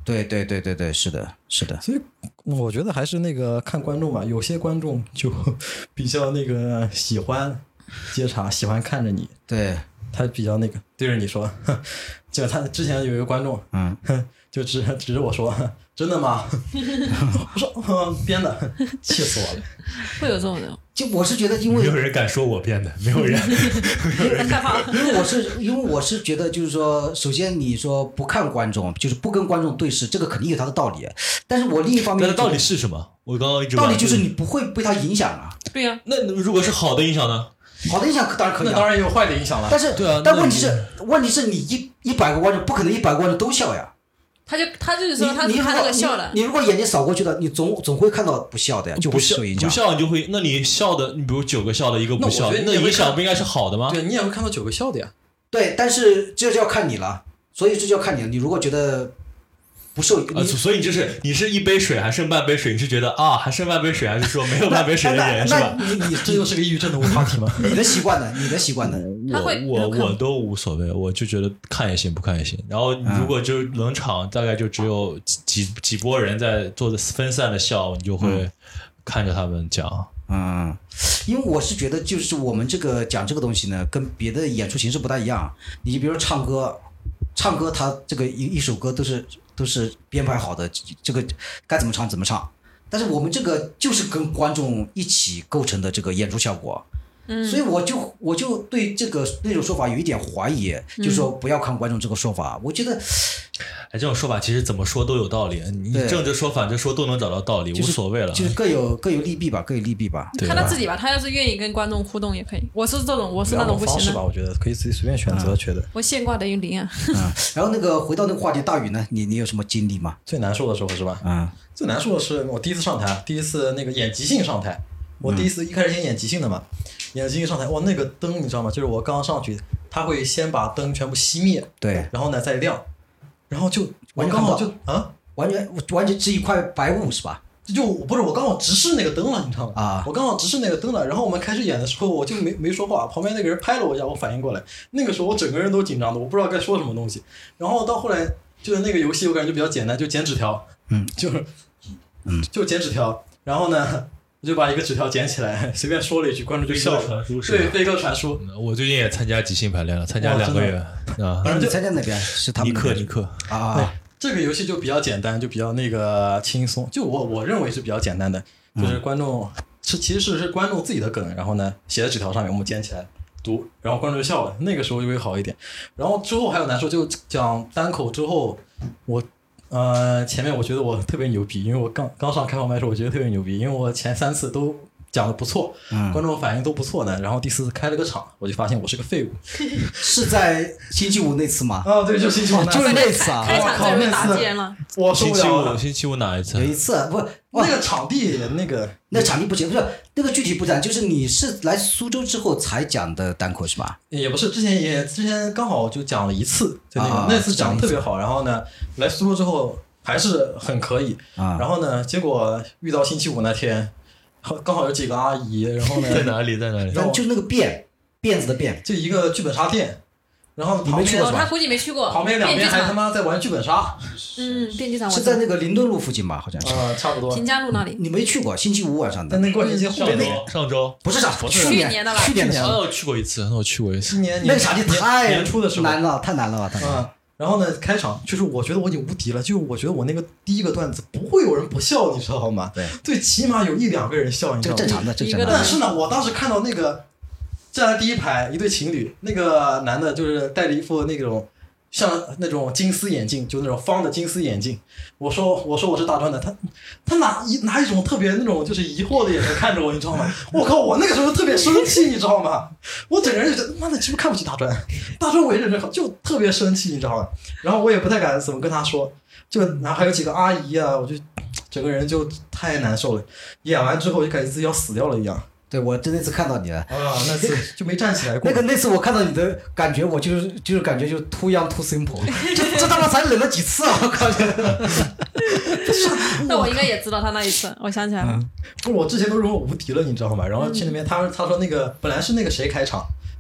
对对对对对，是的，是的。 所以我觉得还是那个看观众吧，有些观众就比较那个喜欢接茬，喜欢看着你， 对他比较那个对着你说，就他之前有一个观众， 嗯， 就指指着我说：“真的吗？”我说：“嗯，编的。”气死我了。 会有这种人， 就我是觉得，因为没有人敢说我编的，没有人。 害怕。 因为我是因为我是觉得，就是说，首先你说不看观众，就是不跟观众对视，这个肯定有它的道理。但是我另一方面， 它的道理是什么？我刚刚一直道理就是你不会被它影响啊。 对呀、啊， 那如果是好的影响呢？ 好的影响当然可以、啊， 那当然也有坏的影响了。 但是， 对啊， 但问题是，问题是你一一百个观众，不可能一百个观众都笑呀。 他就他就是说，他你看那个笑的。 你, 你如果眼睛扫过去了，你总总会看到不笑的呀，就会受影响。 不笑你就会，那你笑的，你比如九个笑的，一个不笑，那, 那影响不应该是好的吗？ 对，你也会看到九个笑的呀。 对，但是这就要看你了，所以这就要看你了。你如果觉得不受， 呃，所以就是你是一杯水还剩半杯水，你是觉得啊还剩半杯水，还是说没有半杯水的人是吧？ 那你你这又是个抑郁症的话题吗？ 你的习惯呢？你的习惯呢？ 他会我我我都无所谓，我就觉得看也行，不看也行。然后如果就是冷场，大概就只有几几波人在做的分散的笑，你就会看着他们讲。 嗯，因为我是觉得，就是我们这个讲这个东西呢，跟别的演出形式不太一样。你比如说唱歌，唱歌它这个一一首歌都是都是编排好的，这个该怎么唱怎么唱。但是我们这个就是跟观众一起构成的这个演出效果。嗯，所以我就我就对这个那种说法有一点怀疑，嗯、就是说不要看观众这个说法，我觉得， 哎，这种说法其实怎么说都有道理，你正着说反着说都能找到道理， 就是、 无所谓了， 就是各有各有利弊吧，各有利弊吧。 看他自己吧，他要是愿意跟观众互动也可以。我是这种，我是那种不行的。 方式吧，我觉得可以自己随便选择，觉得。 我现挂等于零啊。 嗯，然后那个回到那个话题，大宇呢，你你有什么经历吗？ 最难受的时候是吧？ 嗯， 最难受的是我第一次上台，第一次那个演即兴上台。我第一次一开始先演即兴的嘛，演即兴上台，哇，那个灯你知道吗？就是我刚上去，他会先把灯全部熄灭， 对， 然后呢再亮，然后就我刚好就啊， 完全完全是一块白雾是吧？ 就不是我刚好直视那个灯了，你知道吗？ 啊， 我刚好直视那个灯了，然后我们开始演的时候，我就没没说话，旁边那个人拍了我一下，我反应过来，那个时候我整个人都紧张的，我不知道该说什么东西。然后到后来就是那个游戏，我感觉就比较简单，就剪纸条， 嗯， 就是嗯就剪纸条，然后呢。我就把一个纸条捡起来，随便说了一句，观众就笑了。对，飞鸽传书。 我最近也参加即兴排练了，参加两个月啊。 反正你参加哪边？是他们尼克尼克啊。 这个游戏就比较简单，就比较那个轻松。就我我认为是比较简单的，就是观众是其实是是观众自己的梗，然后呢写在纸条上面，我们捡起来读，然后观众就笑了。那个时候就会好一点。然后之后还有难受，就讲单口之后，我。呃，前面我觉得我特别牛逼，因为我刚刚上开放麦的时候，我觉得特别牛逼，因为我前三次都讲的不错，嗯，观众反应都不错呢。然后第四次开了个场，我就发现我是个废物。 是在星期五那次吗？ 啊，对，就星期五， 就是那次啊！ 开场就被打击人了。 我受不了了。星期五哪一次？ 有一次不， 那个场地那个那场地不行，不是那个具体不讲，就是你是来苏州之后才讲的单口是吧？ 也不是，之前也之前刚好就讲了一次，就那个、啊、那次讲的特别好，然后呢来苏州之后。还是很可以，啊、然后呢，结果遇到星期五那天，刚好有几个阿姨，然后呢， 在哪里，在哪里？ 就那个辫辫子的辫， 就一个剧本杀店，然后你没去过是吧？ 他估计没去过。 旁边两边还他妈在玩剧本杀。 嗯，电机场是在那个林顿路附近吧？好像是。 啊、呃，差不多。 平家路那里。 你没去过？星期五晚上的。 但那过节节后面那上周不是上去年的吧？ 去年的。 那我去过一次，那我去过一次。 今年那个场地太年初的时候难了，太难了吧？太难了。 嗯然后呢，开场就是我觉得我已经无敌了，就是我觉得我那个第一个段子不会有人不笑，你知道吗？ 对， 最起码有一两个人笑，你知道吗？ 这正常的，正常的。 但是呢，我当时看到那个站在第一排一对情侣，那个男的就是戴着一副那种像那种金丝眼镜，就那种方的金丝眼镜。我说我说我是大专的，他他拿一拿一种特别那种就是疑惑的眼神看着我，你知道吗？我靠，我那个时候特别生气，你知道吗？我整个人就觉得妈的，是不是看不起大专？大专我也认真好，就特别生气，你知道吗？然后我也不太敢怎么跟他说，就然后还有几个阿姨啊，我就整个人就太难受了。演完之后就感觉自己要死掉了一样。 对，我那次看到你了啊，那次就没站起来过。 那个那次我看到你的感觉，我就是就是感觉就 too young too simple， 这这他妈才忍了几次啊！我靠！ 那我应该也知道他那一次，我想起来了。 嗯、不是我之前都认为我无敌了，你知道吗？然后去那边他他说那个本来是那个谁开场，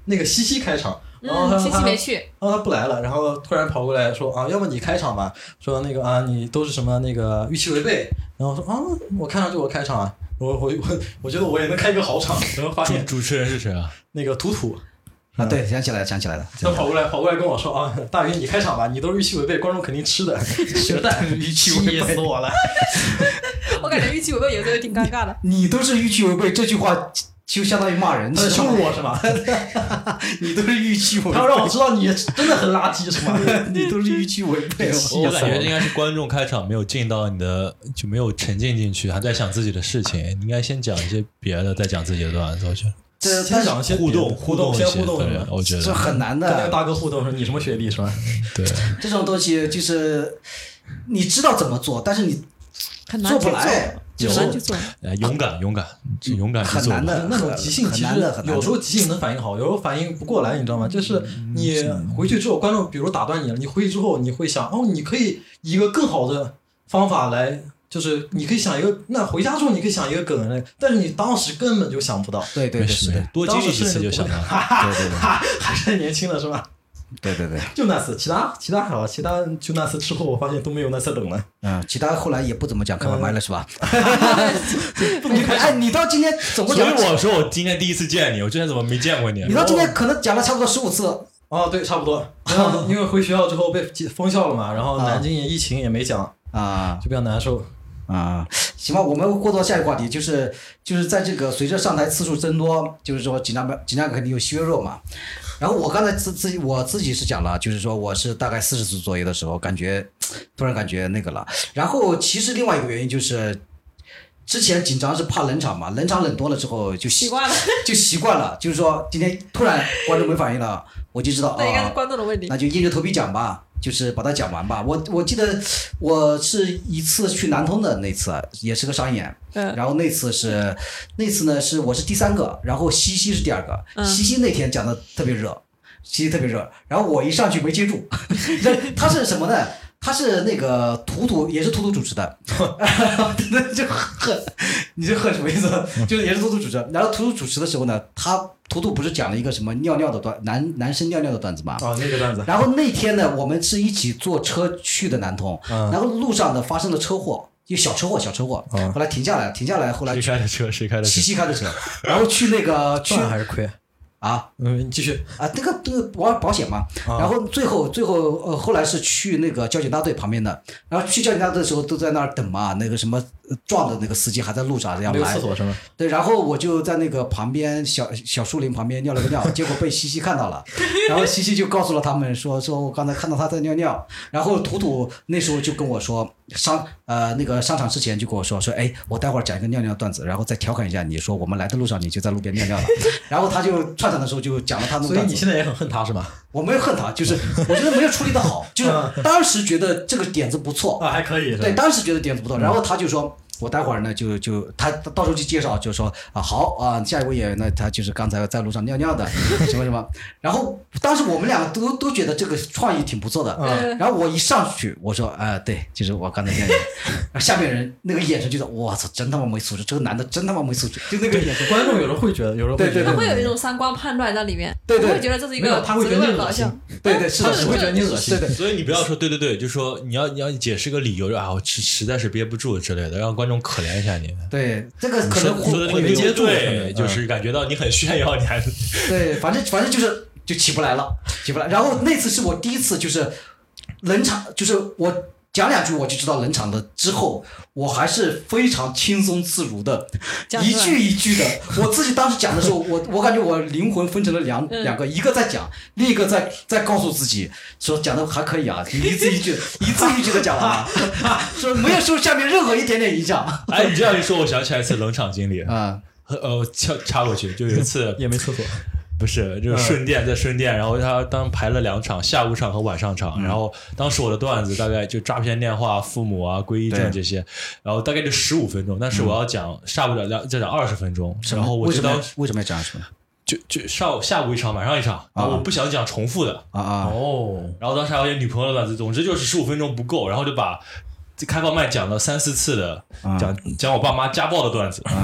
那个西西开场，然后他、 嗯、西西没去， 然后他不来了，然后突然跑过来说啊，要不你开场吧？说那个啊，你都是什么那个预期违背？然后说啊，我看上去我开场啊，我我我我觉得我也能开一个好场，然后发现主持人是谁啊？ 那个图图。 啊，对，想起来了，想起来了。 他跑过来，跑过来跟我说啊，大鱼你开场吧，你都是预期违背，观众肯定吃的，蛇蛋预期违背，气死我了。 我感觉预期违背有时候挺尴尬的。 你都是预期违背，这句话就相当于骂人， 他羞辱我是吗？ 你都是预期违背， 他要让我知道你真的很垃圾是吗？ 你都是预期违背。 我感觉应该是观众开场没有进到你的，就没有沉浸进去，还在想自己的事情。你应该先讲一些别的，再讲自己的段子。我觉得。 这先讲一些互动， 互动，先互动是吧？ 我觉得这很难的。 跟那个大哥互动说你什么学历是吧？ 对， 这种东西就是你知道怎么做，但是你很难做不来， 很难去做。 呃，勇敢，勇敢，勇敢很难的。 那种即兴其实有时候即兴能反应好，有时候反应不过来，你知道吗？就是你回去之后，观众比如打断你了，你回去之后你会想，哦，你可以以一个更好的方法来。就是你可以想一个，那回家之后你可以想一个梗来，但是你当时根本就想不到。 对对对对， 多经历几次就想到了。 对对对， 还是年轻了是吧？ 对对对， 就那次，其他其他好，其他就那次之后，我发现都没有那次冷了。 嗯，其他后来也不怎么讲开放麦了是吧？你哎，你到今天总共讲， 所以我说我今天第一次见你，我之前怎么没见过你？ 你到今天可能讲了差不多十五次。 哦，对，差不多。然后因为回学校之后被封校了嘛，然后南京也疫情也没讲啊， 就比较难受。 啊，行吧，我们过到下一个话题，就是就是在这个随着上台次数增多，就是说紧张紧张感肯定有削弱嘛。然后我刚才自自己我自己是讲了，就是说我是大概四十次左右的时候，感觉突然感觉那个了。然后其实另外一个原因就是，之前紧张是怕冷场嘛，冷场冷多了之后就习惯了， 就习惯了。就是说今天突然观众没反应了，我就知道那应该是观众的问题， 那就硬着头皮讲吧。就是把它讲完吧。我我记得我是一次去南通的那次，也是个商演， 嗯， 然后那次是那次呢是我是第三个，然后西西是第二个， 嗯、 西西那天讲的特别热，西西特别热，然后我一上去没接住，他是什么呢？他是那个图图，也是图图主持的，那就恨，你这恨什么意思？就是也是图图主持，然后图图主持的时候呢，他图图不是讲了一个什么尿尿的段，男男生尿尿的段子吗？ 哦，那个段子。 然后那天呢，我们是一起坐车去的南通， 嗯、 然后路上呢发生了车祸，一小车祸，小车祸， 嗯、 后来停下来，停下来，后来谁开的车？谁开的车？ 西西开的车，然后去那个去赚还是亏？ 啊， 嗯，继续啊，这个这个保保险嘛， 啊、 然后最后最后呃后来是去那个交警大队旁边的，然后去交警大队的时候都在那儿等嘛，那个什么撞的那个司机还在路上这样来， 没有厕所是吗？ 对，然后我就在那个旁边小小树林旁边尿了个尿，结果被西西看到了，然后西西就告诉了他们说说我刚才看到他在尿尿，然后图图那时候就跟我说商呃那个商场之前就跟我说说哎我待会儿讲一个尿尿段子，然后再调侃一下你说我们来的路上你就在路边尿尿了，然后他就串场的时候就讲了他那个段子。 所以你现在也很恨他是吗？ 我没有恨他，就是我觉得没有处理的好，就是当时觉得这个点子不错啊，还可以。 对，当时觉得点子不错，然后他就说。我待会儿呢，就就他到时候去介绍，就说啊好啊，下一位演员呢，他就是刚才在路上尿尿的，什么什么。然后当时我们两个都都觉得这个创意挺不错的。 嗯、 然后我一上去，我说啊、呃，对，就是我刚才尿尿。然后下面人那个眼神就说，我操，真他妈没素质，这个男的真他妈没素质，就那个眼神。 观众有人会觉得，有人会觉得， 他会有一种三观判断在里面， 对对， 会觉得这是一个他会觉得你恶心， 对对，是的， 是会觉得你恶心， 对对。 所以你不要说对对对，就说你要你要解释个理由，啊，我实实在是憋不住之类的，让观众可怜一下你。 对，这个可能说的那个没接住， 对，就是感觉到你很炫耀，你还对，反正反正就是就起不来了，起不来。然后那次是我第一次就是冷场，就是我讲两句我就知道冷场的，之后我还是非常轻松自如的，一句一句的。我自己当时讲的时候，我我感觉我灵魂分成了两、嗯、两个，一个在讲，另一个在在告诉自己说讲的还可以啊，一字一句一字一句的讲完了，说没有受下面任何一点点影响。 哎，你这样一说，我想起来一次冷场经历啊、 嗯，呃，插插过去，就有一次也没厕所。 不是，就是顺电在顺电，然后他当排了两场，下午场和晚上场， 嗯、 然后当时我的段子大概就诈骗电话、父母啊、归一症这些，然后大概就十五分钟，但是我要讲下午两再讲二十分钟，然后我就当为什么要讲什么？ 就就上下午一场，晚上一场，然后我不想讲重复的啊啊哦，然后当时还有点女朋友的段子，总之就是十五分钟不够，然后就把开放麦讲了三四次的，讲、嗯、讲我爸妈家暴的段子。 嗯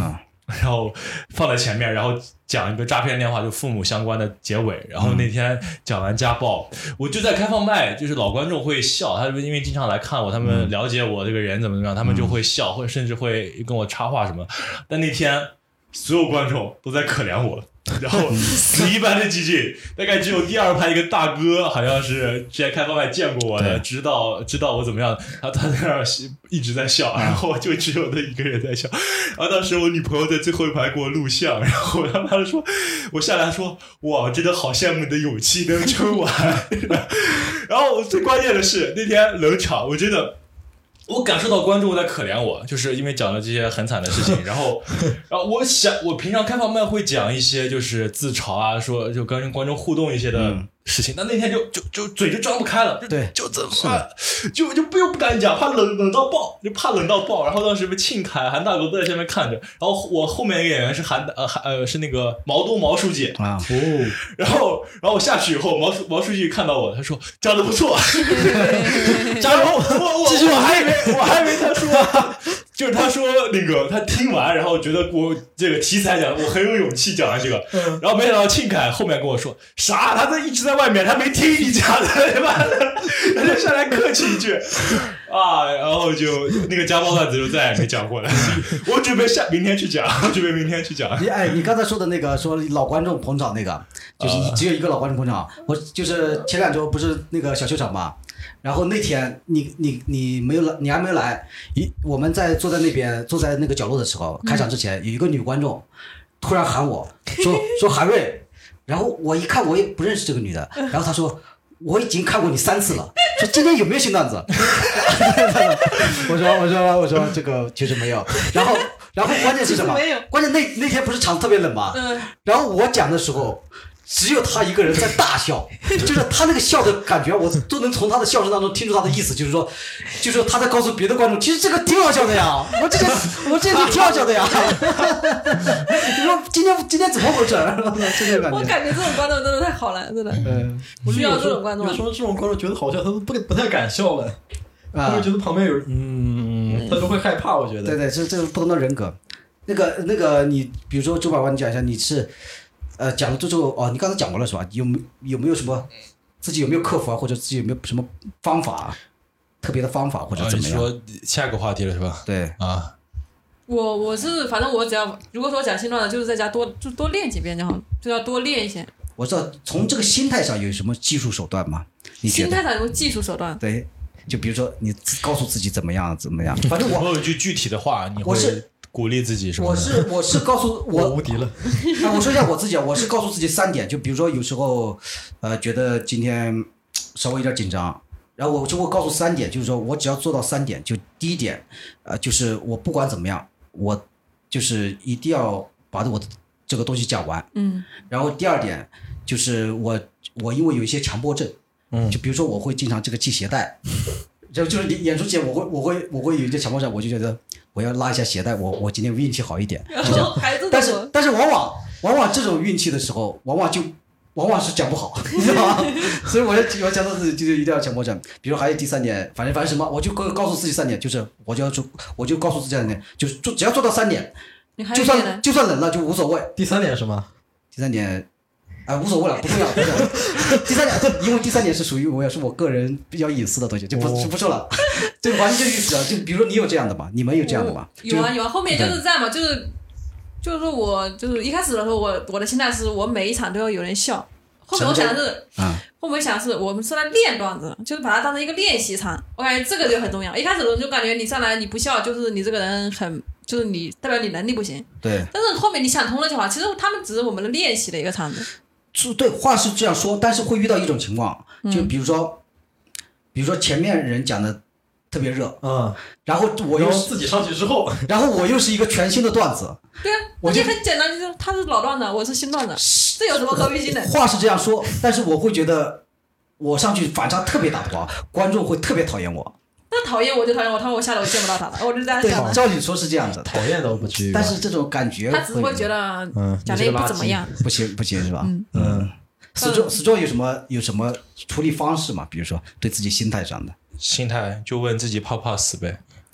然后放在前面，然后讲一个诈骗电话就父母相关的结尾。然后那天讲完家暴，我就在开放麦，就是老观众会笑，他们因为经常来看我，他们了解我这个人怎么怎么样，他们就会笑，或者甚至会跟我插话什么。但那天所有观众都在可怜我。然后死一般的激进，大概只有第二排一个大哥，好像是之前开放麦见过我的，知道知道我怎么样，然后他在那儿一直在笑，然后就只有他一个人在笑。然后当时我女朋友在最后一排给我录像，然后他妈的说，我下来说，哇，真的好羡慕你的勇气能撑完。然后最关键的是那天冷场，我真的。我感受到观众在可怜我，就是因为讲了这些很惨的事情，然后，然后我想，我平常开放麦会讲一些就是自嘲啊，说就跟观众互动一些的事情，但那天就就就嘴就张不开了， 对， 就怎么就就不又不敢讲，怕冷冷到爆，就怕冷到爆。然后当时被庆凯、韩大狗都在下面看着，然后我后面一个演员是韩呃呃是那个毛东毛书记啊， 哦，然后然后我下去以后，毛毛书记看到我，他说讲得不错，加油，我我继续我还以为。我还以为他说，就是他说那个他听完，然后觉得我这个题材讲，我很有勇气讲了这个，然后没想到庆凯后面跟我说啥，他在一直在外面，他没听你讲的，对吧？他就上来客气一句啊，然后就那个家暴段子就再也没讲过了。我准备下明天去讲，我准备明天去讲。 你哎，你刚才说的那个说老观众捧场那个，就是只有一个老观众捧场。我就是前两周不是那个小秀场嘛。然后那天你你你没有来，你还没有来。一我们在坐在那边，坐在那个角落的时候，开场之前有一个女观众突然喊我说说韩瑞，然后我一看我也不认识这个女的，然后她说我已经看过你三次了，说今天有没有新段子？我说我说我说这个其实没有。然后然后关键是什么？关键那那天不是场特别冷吗？然后我讲的时候。只有他一个人在大笑，就是他那个笑的感觉，我都能从他的笑声当中听出他的意思，就是说，就是说他在告诉别的观众，其实这个挺好笑的呀，我这个我这个挺好笑的呀。你说今天今天怎么回事？这种感觉。 我感觉这种观众真的太好了，真的。嗯，需要这种观众。 有时候这种观众觉得好笑，他都不不太敢笑了，他会觉得旁边有人，嗯，他都会害怕。我觉得。 对对，这这是不同的人格。那个那个，你比如说周百万，你讲一下，你是。呃，讲了之后哦，你刚才讲过了是吧？有没有没有什么自己有没有克服啊，或者自己有没有什么方法、啊、特别的方法或者怎么样？ 啊、你说下一个话题了是吧？ 对啊， 我我是反正我只要如果说讲新段子，就是在家多就多练几遍就好，就要多练一些。 我知道从这个心态上有什么技术手段吗？你觉得？ 心态上有技术手段？ 对，就比如说你告诉自己怎么样怎么样。反正我有一句具体的话，你会鼓励自己是吗？ 我是我是告诉我无敌了。 那我说一下我自己，我是告诉自己三点，就比如说有时候呃觉得今天稍微有点紧张，然后我就会告诉三点，就是说我只要做到三点，就第一点呃就是我不管怎么样，我就是一定要把我的这个东西讲完。 嗯。 然后第二点就是我我因为有一些强迫症，嗯，就比如说我会经常这个系鞋带。就就是演出前我会我会我会有一些强迫症，我就觉得我要拉一下鞋带，我我今天运气好一点。但是但是往往往往这种运气的时候，往往就往往是讲不好，你知道吗？所以我要我讲到自己就是一定要强迫症。比如还有第三点，反正反正什么，我就告告诉自己三点，就是我就要做，我就告诉自己三点，就是做只要做到三点，就算就算冷了就无所谓。 第三点是吗？ 第三点。啊、呃，无所谓了，不重要，不重要。第三点，因为第三点是属于我也是我个人比较隐私的东西，就不、哦、就不说了。这完全就意思了，就比如说你有这样的吧，你们有这样的吧？ 有啊有啊，后面就是这样嘛，就是就是说我就是一开始的时候，我我的心态是我每一场都要有人笑。后面我想的是，嗯，后面想的是我们是来练段子，就是把它当成一个练习场。我感觉这个就很重要。一开始我就感觉你上来你不笑，就是你这个人很。就是你代表你能力不行， 对。 但是后面你想通了的话，其实他们只是我们的练习的一个场子。 对，话是这样说，但是会遇到一种情况，就比如说，嗯、比如说前面人讲的特别热， 嗯， 然后我又自己上去之后， 然后我又是一个全新的段子。 对啊，我就很简单，就是他是老段子，我是新段子，这有什么可比性的？ 话是这样说，但是我会觉得我上去反差特别大的话，观众会特别讨厌我。 那讨厌我就讨厌我，他说我下来我见不到他了，我就这样想的。 照理说是这样子， 讨厌都不至于。 但是这种感觉， 他只会觉得讲的也不怎么样， 不行不行是吧？ 嗯嗯。死忠死忠有什么有什么处理方式吗？比如说对自己心态上的。 心态就问自己怕不怕死呗。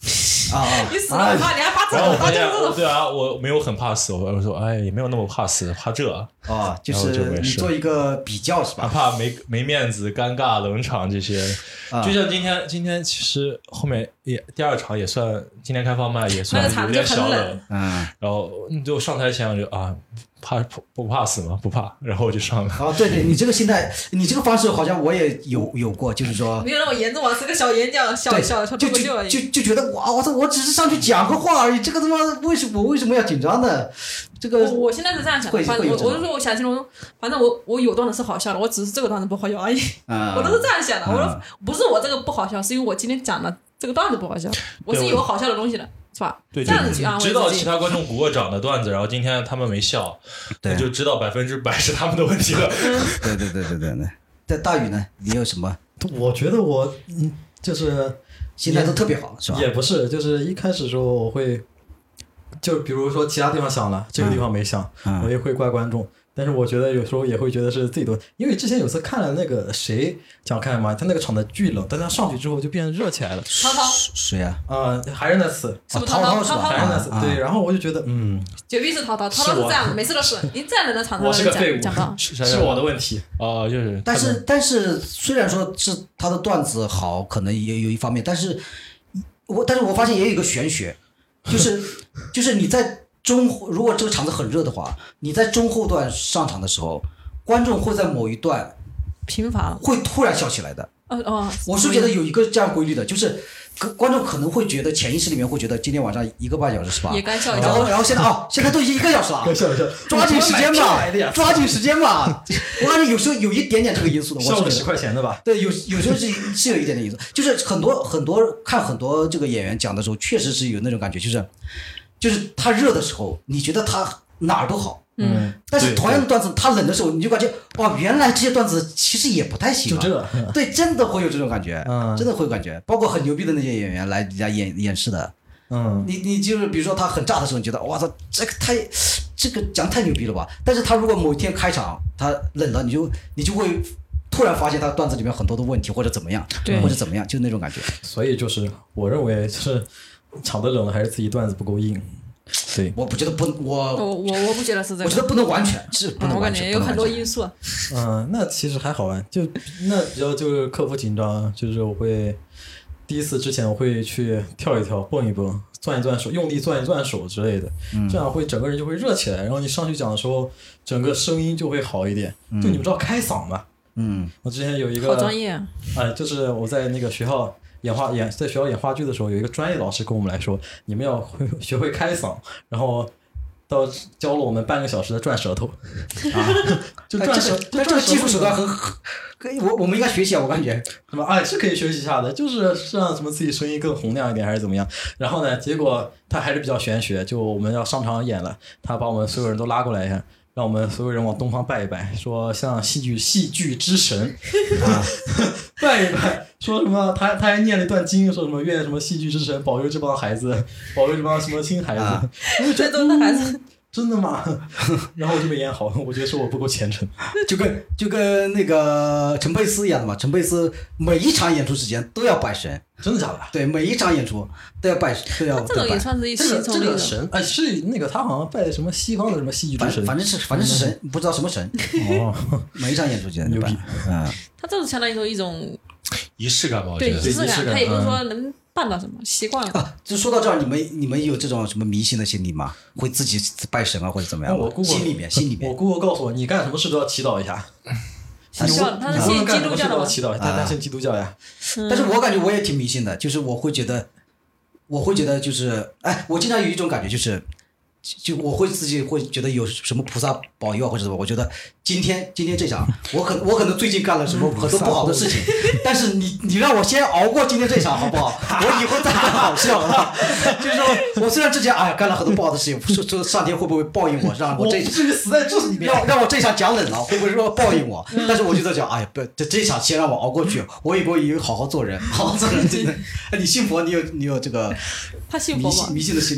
啊啊！ 你死了我怕你还怕这个， 然后我发现怕这个， 对啊，我没有很怕死，我说哎也没有那么怕死，怕这哦，就然后就是没事你做一个比较是吧？ 害怕没没面子、尴尬、冷场这些。 啊就像今天，今天其实后面也第二场也算，今天开放麦也算那个场有点小就很冷冷。 嗯， 然后就上台前我就啊，怕不不怕死吗？不怕，然后我就上了。 哦，对对，你这个心态，你这个方式好像我也有有过，就是说。 没有那么严重啊，是个小演讲，小对， 小小就脱口秀而已。 就就就觉得哇，我操，我只是上去讲个话而已，这个他妈为什么我为什么要紧张呢？这个我我现在是这样想的， 会反正我会有这种我就说我想形容，反正我我有段子是好笑的，我只是这个段子不好笑而已， 啊我都是这样想的。我说啊不是我这个不好笑，是因为我今天讲的这个段子不好笑，我是有好笑的东西的，是吧？ 对， 这样子去安慰知道自己。 其他观众鼓过掌的段子，然后今天他们没笑， 对那就知道百分之百是他们的问题了。 对对对对对对。在大宇呢，你有什么我觉得我嗯，就是心态都特别好，是吧？ 也不是，就是一开始的时候我会，就比如说其他地方想了，这个地方没想， 嗯我也会怪观众。但是我觉得有时候也会觉得是自己的，因为之前有次看了那个谁讲看嘛，他那个场的巨冷，但他上去之后就变热起来了。 涛涛谁啊？ 啊、还是那次， 是不是涛涛涛？ 涛是吧还是那次， 啊对。然后我就觉得，嗯， 绝壁是涛涛，涛涛是我是这样的，每次都是你在人的场上我是个废物讲讲到， 是是我的问题。 哦，就是， 但是但是虽然说是他的段子好，可能也有一方面，但是我但是我发现也有一个玄学，就是就是你在中如果这个场子很热的话，你在中后段上场的时候，观众会在某一段贫乏。 会突然笑起来的。 哦哦， 我是觉得有一个这样规律的，就是观众可能会觉得潜意识里面会觉得今天晚上一个半小时是吧？ 也该笑一然后笑。 然后现在哦，现在都已经一个小时了， 笑一笑， 抓紧时间吧来的呀， 抓紧时间吧。我感觉有时候有一点点这个因素的，我是觉得笑个十块钱的吧。 对，有有时候是是有一点点因素，就是很多很多看很多这个演员讲的时候，确实是有那种感觉，就是就是他热的时候，你觉得他哪儿都好， 嗯， 但是对同样的段子，他冷的时候，你就感觉哦，原来这些段子其实也不太行、啊， 就这， 对，真的会有这种感觉， 嗯真的会有感觉，包括很牛逼的那些演员来人家演演示的， 嗯， 你你就是比如说他很炸的时候，你觉得哇操，这个太这个讲太牛逼了吧？但是他如果某一天开场他冷了，你就你就会突然发现他段子里面很多的问题或者怎么样， 对或者怎么样，就那种感觉。 所以就是我认为就是场子冷了，还是自己段子不够硬。对， 我不觉得不，我我我我不觉得是这个， 我觉得不能完全是不嗯我能完全， 感觉有很多不能完全因素。 嗯，那其实还好玩，就那比较就是克服紧张，就是我会第一次之前我会去跳一跳、蹦一蹦、攥一攥手、用力攥一攥手之类的， 嗯这样会整个人就会热起来，然后你上去讲的时候，整个声音就会好一点。就你们知道开嗓吗？ 嗯我之前有一个好专业啊！ 哎，就是我在那个学校演话演在学校演话剧的时候，有一个专业老师跟我们来说，你们要会学会开嗓，然后到教了我们半个小时的转舌头， 啊， 就转舌， 但这个技术手段很很，我我们应该学习啊，我感觉。 什么哎是可以学习一下的，就是让什么自己声音更洪亮一点还是怎么样。然后呢，结果他还是比较玄学，就我们要上场演了，他把我们所有人都拉过来一下。让我们所有人往东方拜一拜，说像戏剧戏剧之神啊，拜一拜，说什么他他还念了一段经，说什么愿什么戏剧之神保佑这帮孩子，保佑这帮什么新孩子， 啊、 这都是孩子。 真的吗？然后我就没演好，我觉得是我不够虔诚， 就跟就跟那个陈佩斯一样的嘛。陈佩斯每一场演出之前都要拜神， 真的假的？ 对，每一场演出都要拜，都要。 这个也算是一这个这信从的个神，哎，是那个他好像拜什么西方的什么戏剧之神， 反正是反正是神，不知道什么神。 哦， 每一场演出之前牛逼， 嗯， 他这是相当于说一种仪式感吧，我觉得。 对仪式感， 仪式感他也不是说能办到什么习惯了。 啊，就说到这儿，你们你们有这种什么迷信的心理吗？会自己拜神啊，或者怎么样吗？ 我姑姑心里面心里面我姑姑告诉我，你干什么事都要祈祷一下。 他是他是信基督教的吗？ 祈祷，他他信基督教呀。 但是我感觉我也挺迷信的，就是我会觉得，我会觉得就是，哎，我经常有一种感觉，就是，就我会自己会觉得有什么菩萨保佑啊或者什么，我觉得今天今天这场，我可我可能最近干了什么很多不好的事情，但是你你让我先熬过今天这场好不好？我以后再干好事好吧？就是说我虽然之前哎干了很多不好的事情，说说上天会不会报应我，让我这不至于死在这里面， 让让我这场讲冷了，会不会说报应我？但是我就在讲，哎呀，不，这这场先让我熬过去，我以后以后好好做人，好好做人。真的，哎，你信佛，你有你有这个他信佛吗迷信？迷信的心理吧？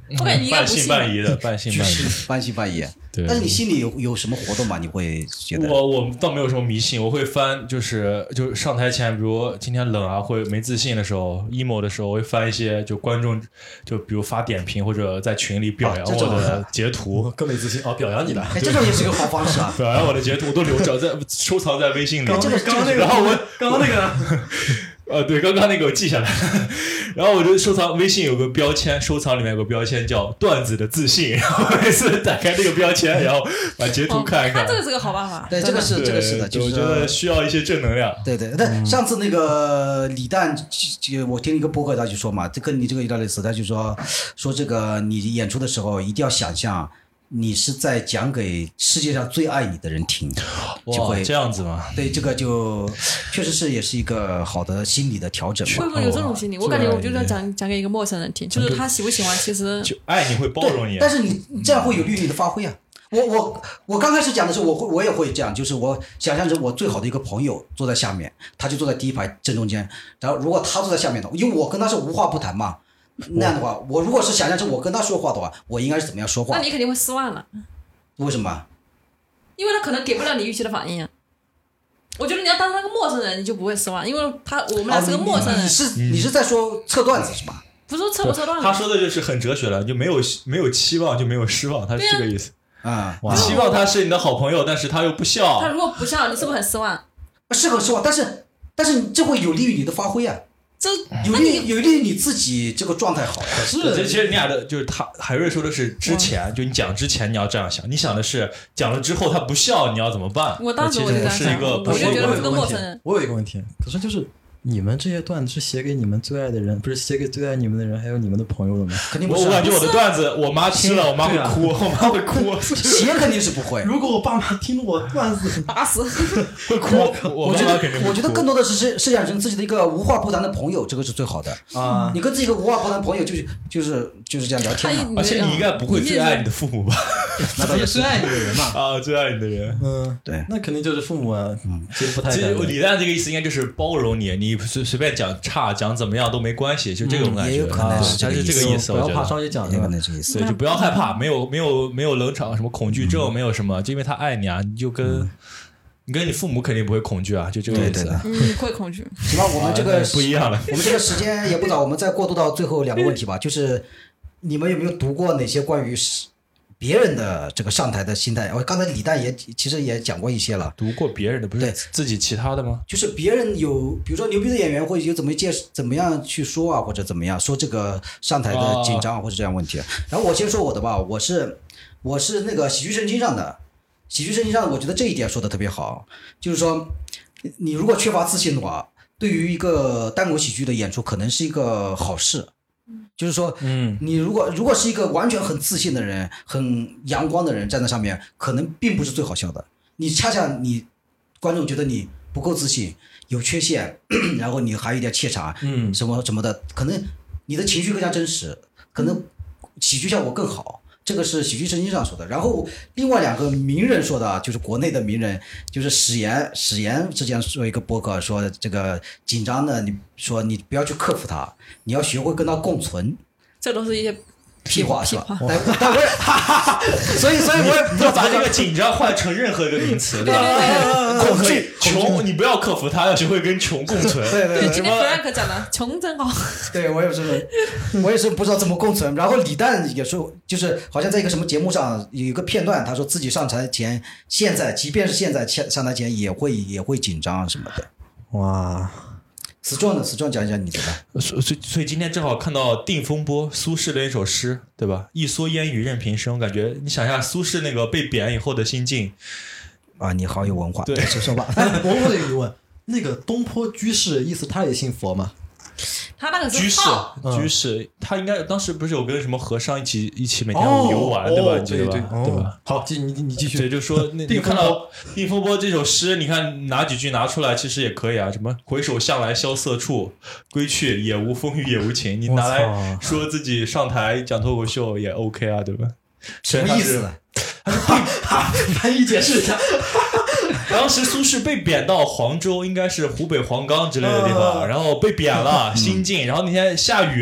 我感觉你应该半不信信半疑的，半信半疑。 半信半疑。 对， 但是你心里有有什么活动吗？你会觉得？ 我我倒没有什么迷信，我会翻，就是就上台前，比如今天冷啊，或者没自信的时候 ，emo 的时候，我会翻一些就观众，就比如发点评或者在群里表扬我的截图， 更没自信哦，表扬你了。 哎，这种也是个好方式啊！ 表扬我的截图都留着在收藏在微信里。 刚刚刚那个， 然后我刚刚那个。 呃，对，刚刚那个我记下来了，然后我就收藏微信有个标签，收藏里面有个标签叫段子的自信，然后每次打开那个标签，然后把截图看一看。 哦、他这个是个好办法。 对，这个是这个是的，就是我觉得需要一些正能量。 对对，但上次那个李诞，我听一个播客他就说嘛，这跟你这个有点类似，他就说说这个你演出的时候一定要想象。你是在讲给世界上最爱你的人听，就会这样子吗？ 对，这个就确实是也是一个好的心理的调整。 会不会有这种心理？我感觉我就是要讲讲给一个陌生人听，就是他喜不喜欢，其实就爱你会包容你， 但是你这样会有利于你的发挥啊。我我我刚开始讲的时候，我会我也会这样，就是我想象着我最好的一个朋友坐在下面，他就坐在第一排正中间，然后如果他坐在下面的，因为我跟他是无话不谈嘛。那样的话，我如果是想象成我跟他说话的话，我应该是怎么样说话？ 那你肯定会失望了。 为什么？ 因为他可能给不了你预期的反应啊。我觉得你要当那个陌生人，你就不会失望，因为他我们俩是个陌生人。 哦、你, 你是你是在说测段子是吧？ 不是说测不测段子。 他说的就是很哲学了，就没有没有期望就没有失望，他是这个意思。 啊， 你希望他是你的好朋友，但是他又不笑。 他如果不笑，你是不是很失望？ 是很失望，但是但是这会有利于你的发挥啊。 这有利有利于你自己这个状态好。 是，这其实你俩的就是他海瑞说的是之前，就你讲之前你要这样想，你想的是讲了之后他不笑你要怎么办？ 我当时我就是一个， 我就觉得是个陌生人。 我有一个问题，可是就是你们这些段子是写给你们最爱的人，不是写给最爱你们的人，还有你们的朋友的吗？ 肯定不是、啊。 我感觉我的段子，我妈听了，我妈会哭，我妈会哭。 写肯定是不会。 如果我爸妈听了我段子， 打死会哭。 我觉得，我觉得更多的是是是养成自己的一个无话不谈的朋友，这个是最好的啊。你跟自己一个无话不谈的朋友，就是就是就是这样聊天嘛。 而且你应该不会最爱你的父母吧？ 那倒也最爱你的人嘛。 啊，最爱你的人。 嗯， 对， 那肯定就是父母啊。嗯，其实不太。 其实李诞这个意思应该就是包容你，你随随便讲。差讲怎么样都没关系，就这种感觉， 也有可能是这个意思。 不要怕商业讲， 也可能这个意思。 对，就不要害怕，没有没有没有冷场，什么恐惧症，没有什么，就因为他爱你啊，你就跟你跟你父母肯定不会恐惧啊，就这个意思。 嗯，会恐惧。 行吧，我们这个不一样了。 我们这个时间也不早，我们再过渡到最后两个问题吧，就是你们有没有读过哪些关于别人的这个上台的心态？我刚才李诞也其实也讲过一些了。 读过别人的，不是自己其他的吗？ 就是别人有，比如说牛逼的演员会有怎么介怎么样去说啊，或者怎么样说这个上台的紧张、啊、或者这样问题。然后我先说我的吧，我是我是那个喜剧圣经上的，喜剧圣经上我觉得这一点说的特别好，就是说你如果缺乏自信的话，对于一个单口喜剧的演出可能是一个好事。就是说，嗯，你如果如果是一个完全很自信的人，很阳光的人站在上面，可能并不是最好笑的。你恰恰你观众觉得你不够自信，有缺陷，然后你还有一点怯场，嗯，什么什么的，可能你的情绪更加真实，可能喜剧效果更好。这个是喜剧圣经上说的。然后另外两个名人说的，就是国内的名人，就是史岩，史岩之前说一个播客说，这个紧张的，你说你不要去克服它，你要学会跟它共存。 这都是一些屁话是吧？但但我也，所以所以我也不知道把这个紧张换成任何一个名词，对吧？恐惧穷，你不要克服它，要学会跟穷共存。 对对对， 今天 Frank 讲的穷真好。 对，我也是，我也是不知道怎么共存。然后李诞也说，就是好像在一个什么节目上有一个片段，他说自己上台前，现在即便是现在上台前也会也会紧张什么的。 哇。 死壮的死壮讲一讲你的吧。 所以所以今天正好看到定风波苏轼的一首诗，对吧？一蓑烟雨任平生，感觉你想一下苏轼那个被贬以后的心境啊，你好有文化。 对， 说说吧。 哎，我我有一个疑问，那个东坡居士意思他也信佛吗？ 他那个居士，居士，他应该当时不是有跟什么和尚一起一起每天游玩，对吧？你记得吧？对吧？ 好，你你你继续。 对，就说那你看到定风波这首诗，你看拿几句拿出来，其实也可以啊。什么回首向来萧瑟处，归去也无风雨也无晴。你拿来说自己上台讲脱口秀也 OK 啊，对吧？ 什么意思？ 翻译解释一下。 当时苏轼被贬到黄州，应该是湖北黄冈之类的地方，然后被贬了，心境。然后那天下雨，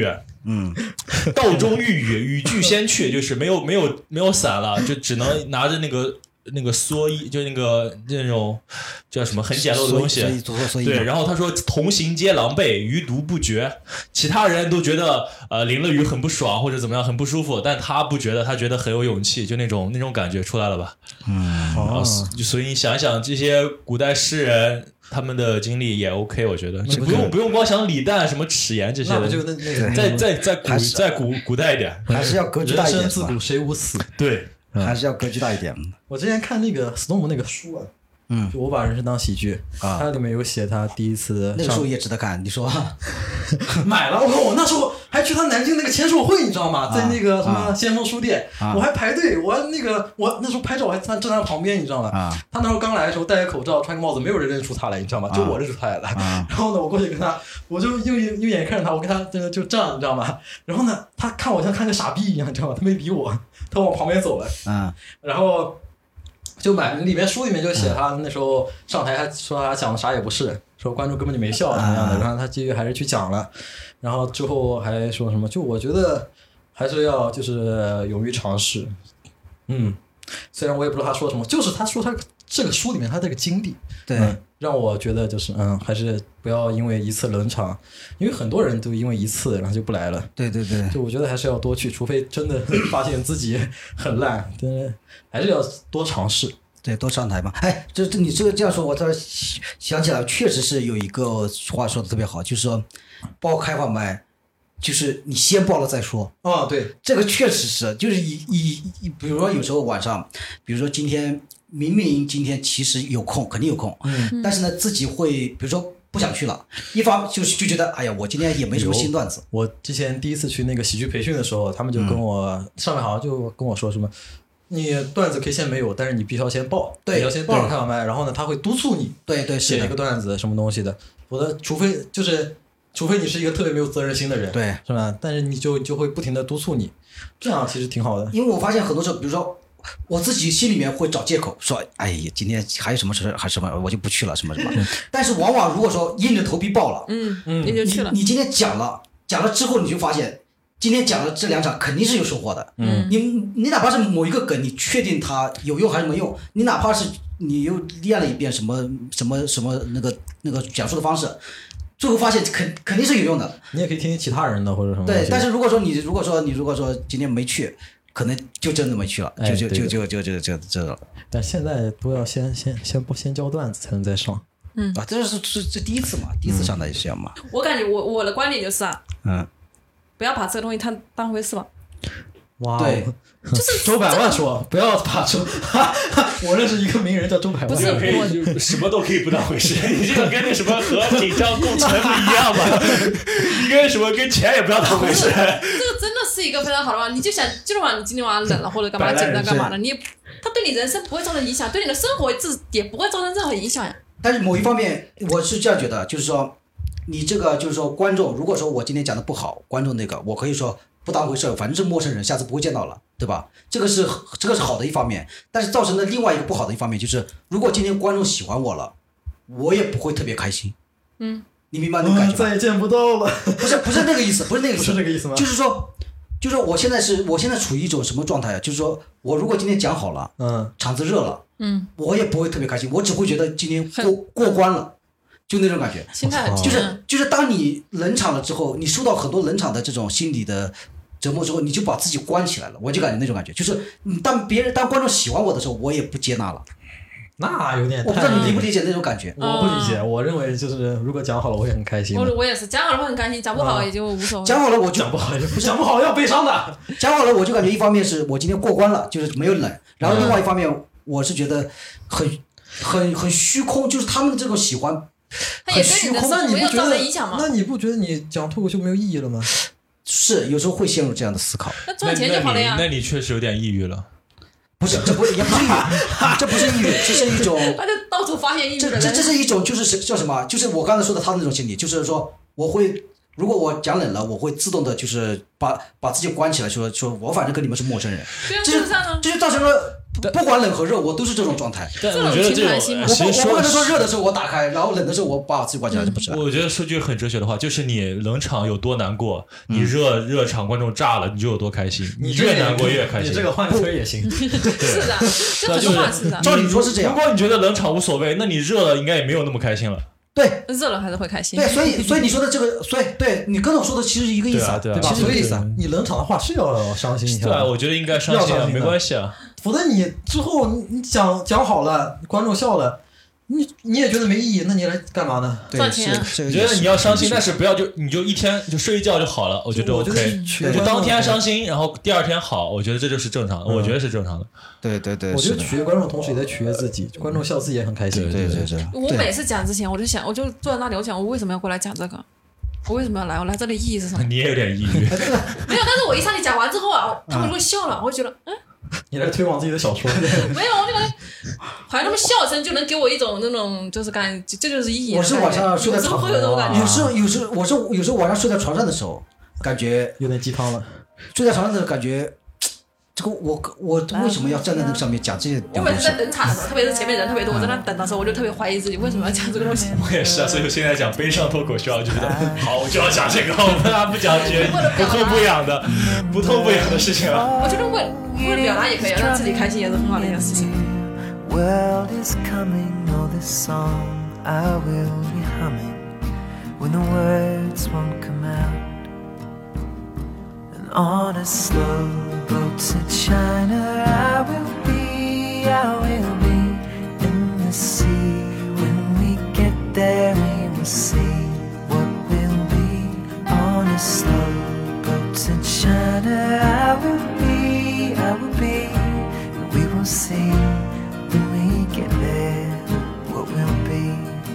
嗯， 道中欲语，语句先去，就是没有没有没有伞了，就只能拿着那个那个蓑衣，就那个那种叫什么很简陋的东西。对，然后他说同行皆狼狈，余独不觉。其他人都觉得呃淋了雨很不爽或者怎么样很不舒服，但他不觉得，他觉得很有勇气，就那种那种感觉出来了吧？嗯，哦，所以你想一想这些古代诗人。他们的经历也 OK， 我觉得不用不用光想李诞什么齿颜这些的， 就那那个在在在古在古古代一点， 还是要格局大一点。 人生自古谁无死？ 对， 还是要格局大一点。 我之前看那个 Storm 那个书啊，嗯，就我把人生当喜剧啊，它里面有写他第一次那个书也值得看。你说买了，我靠，我那时候还去他南京那个签售会，你知道吗？在那个什么先锋书店，啊、我还排队，我那个我那时候拍照，我还站站在旁边，你知道吗？啊、他那时候刚来的时候戴着口罩，穿个帽子，没有人认出他来，你知道吗？就我认出他来了。啊、然后呢，我过去跟他，我就用用眼看着他，我跟他就就这样，你知道吗？然后呢，他看我像看个傻逼一样，你知道吗？他没理我，他往旁边走了。啊、然后。就买里面书里面就写他那时候上台，还说他讲的啥也不是，说观众根本就没笑怎么样的，然后他继续还是去讲了，然后之后还说什么，就我觉得还是要就是勇于尝试，嗯，虽然我也不知道他说什么，就是他说他这个书里面他这个经历， 对、 嗯，让我觉得就是嗯，还是不要因为一次冷场，因为很多人都因为一次然后就不来了， 对对对， 就我觉得还是要多去，除非真的发现自己很烂，对，还是要多尝试。 对，多上台嘛。哎，这这你这个这样说，我突然想起来，确实是有一个话说的特别好，就是说报开放麦，就是你先报了再说。 哦，对， 这个确实是，就是以以以，比如说有时候晚上，比如说今天明明今天其实有空，肯定有空，嗯，但是呢自己会比如说不想去了，一方就是就觉得哎呀，我今天也没什么新段子。 我之前第一次去那个喜剧培训的时候，他们就跟我、嗯、上面好像就跟我说什么。你段子可以先没有，但是你必须要先报， 对， 你要先报上开放麦，然后呢，他会督促你， 对对， 写一个段子什么东西的。我的，除非就是，除非你是一个特别没有责任心的人， 对， 是吧？但是你就就会不停的督促你，这样其实挺好的。 因为我发现很多时候，比如说我自己心里面会找借口说，哎呀，今天还有什么事还什么，我就不去了，什么什么。但是往往如果说硬着头皮报了， 嗯嗯，你就去了。 你今天讲了，讲了之后你就发现。今天讲的这两场肯定是有收获的，嗯，你你哪怕是某一个梗，你确定它有用还是没用，你哪怕是你又练了一遍什么什么什么那个那个讲述的方式，最后发现肯肯定是有用的。 你也可以听听其他人的或者什么。 对，但是如果说你如果说你如果说今天没去，可能就真的没去了，就就就就就就就这了。 但现在都要先先先先教段子才能再上， 嗯啊，这是这这第一次嘛，第一次上台也是这样嘛。 我感觉我我的观点就是啊，嗯。不要把这个东西当当回事吧。 哇， 对， 就是周百万说不要把周，我认识一个名人叫周百万， 不是我什么都可以不当回事，你这个跟那什么和锦江共存不一样吧？你跟什么跟钱也不要当回事。这个真的是一个非常好的话，你就想今晚你今天晚上冷了或者干嘛紧张干嘛的，你他对你人生不会造成影响，对你的生活自也不会造成任何影响呀。 但是某一方面，我是这样觉得，就是说。你这个就是说，观众如果说我今天讲的不好，观众那个我可以说不当回事，反正是陌生人，下次不会见到了，对吧？这个是这个是好的一方面，但是造成的另外一个不好的一方面就是，如果今天观众喜欢我了，我也不会特别开心。嗯，你明白那个感觉吗？ 再也见不到了。 不是不是那个意思，不是那个意思， 不是那个意思吗？ 就是说，就是我现在是我现在处于一种什么状态啊？就是说我如果今天讲好了，嗯，场子热了，嗯，我也不会特别开心，我只会觉得今天过过关了。就那种感觉， 心态很就是就是当你冷场了之后，你受到很多冷场的这种心理的折磨之后，你就把自己关起来了。我就感觉那种感觉，就是当别人当观众喜欢我的时候，我也不接纳了。 那有点太…… 我不知道你理不理解那种感觉。 我不理解，我认为就是如果讲好了，我也很开心。 我我也是讲好了会很开心，讲不好也就无所谓。 讲好了我就讲不好，讲不好要悲伤的。 讲好了我就感觉一方面是我今天过关了，就是没有冷，然后另外一方面我是觉得很很很虚空，就是他们这种喜欢。 他也对你的生活没有造成影响吗？ 那你不觉得你讲脱口秀没有意义了吗？ 是，有时候会陷入这样的思考。 那赚钱就好了呀。 那 你, 那你确实有点抑郁了。 不是，这不也不是抑郁，这不是抑郁，这是一种。 他就到处发现抑郁的人。 这这这是一种，就是叫什么？就是我刚才说的他的那种心理，就是说我会，如果我讲冷了，我会自动的，就是把把自己关起来，说说我反正跟你们是陌生人。 对啊， 这就这就造成了。 不管冷和热，我都是这种状态。 但我觉得这种我其实说我不能说热的时候我打开，然后冷的时候我把自己关起来，就不是。 我觉得说句很哲学的话，就是你冷场有多难过，你热热场观众炸了，你就有多开心。你越难过越开心。 你这个换车也行。 是的，这很话是的。 照理说是这样。 如果你觉得冷场无所谓，那你热了应该也没有那么开心了。 对， 热了还是会开心。 对，所以所以你说的这个，所以对你跟我说的其实一个意思啊， 对吧？其实一个意思啊。 你冷场的话是要伤心一下。 对啊，我觉得应该伤心啊，没关系啊。 否则你之后你讲讲好了，观众笑了。你你也觉得没意义，那你来干嘛呢？ 赚钱。 我觉得你要伤心，但是不要就你就一天就睡一觉就好了，我觉得 OK。就当天伤心，然后第二天好，我觉得这就是正常的，我觉得是正常的。 对对对， 我觉得取悦观众，同时也在取悦自己，观众笑自己也很开心。 对对对。 我每次讲之前，我就想，我就坐在那里，我想我为什么要过来讲这个？我为什么要来？我来这里意义是什么？ 你也有点抑郁。 没有，但是我一上去讲完之后啊，他们就会笑了，我就觉得嗯。 你来推广自己的小说？ 没有，我就感觉好像他们笑声就能给我一种那种就是感觉，这就是意义。 我是晚上睡在床上， 会有这种感觉。 有时候有时候我是有时候晚上睡在床上的时候，感觉有点鸡汤了。 睡在床上的感觉，这个我我为什么要站在那个上面讲这些？ 我每次在等场的时候，特别是前面人特别多，我在那等的时候，我就特别怀疑自己为什么要讲这个东西。 我也是啊，所以我现在讲悲伤脱口秀，我就觉得好，我就要讲这个，我们不讲这些不痛不痒的、不痛不痒的事情了。 我觉得为为了表达也可以，让自己开心也是很好的一件事情。 World is coming, oh this song I will be humming when the words won't come out. And on a slow boat to China I will be, I will be in the sea. When we get there we will see what will be. On a slow boat to China I will be, I will be, and we will see when we get there what will be.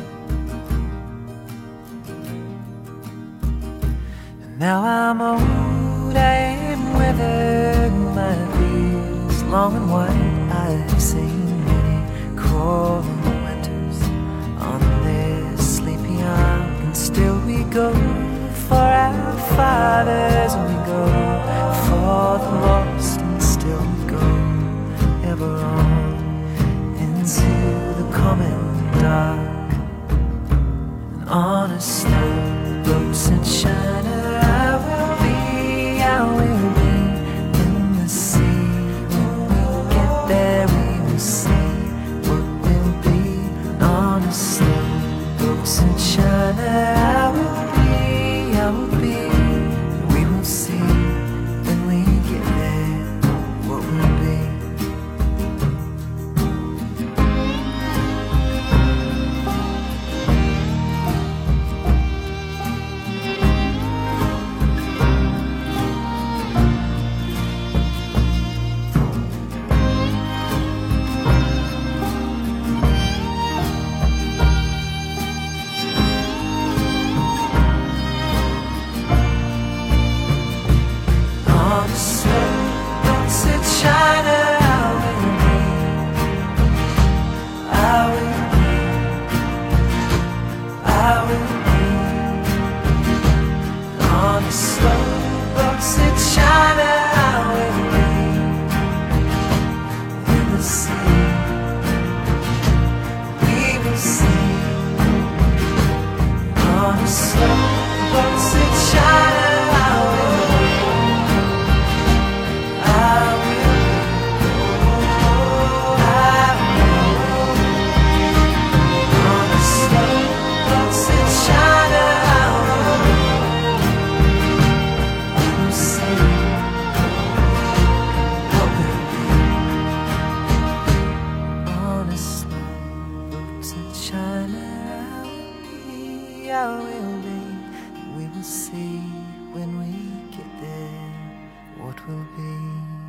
And now I'm old, I am weathered, my beard's long and white. I have seen many cold winters on this sleepy isle, and still we go for our fathers, and we go for the lost, and still we go ever on into the common dark. And on a slow boat to China I will be, I will be in the sea. When we get there we will see what will be. And on a slow boat to China I will be, I will be, and we will see when we get there what will be. On a slow boat to China I will be, I will be, I will be. On a slow boat to China I will be in the sea. We will see. On a slow boat to China I will be, I will, I will. On a slow boat to China I will be, we will see what will be. On a slow boat to China I will be, I will be, we will see when we get there what will be.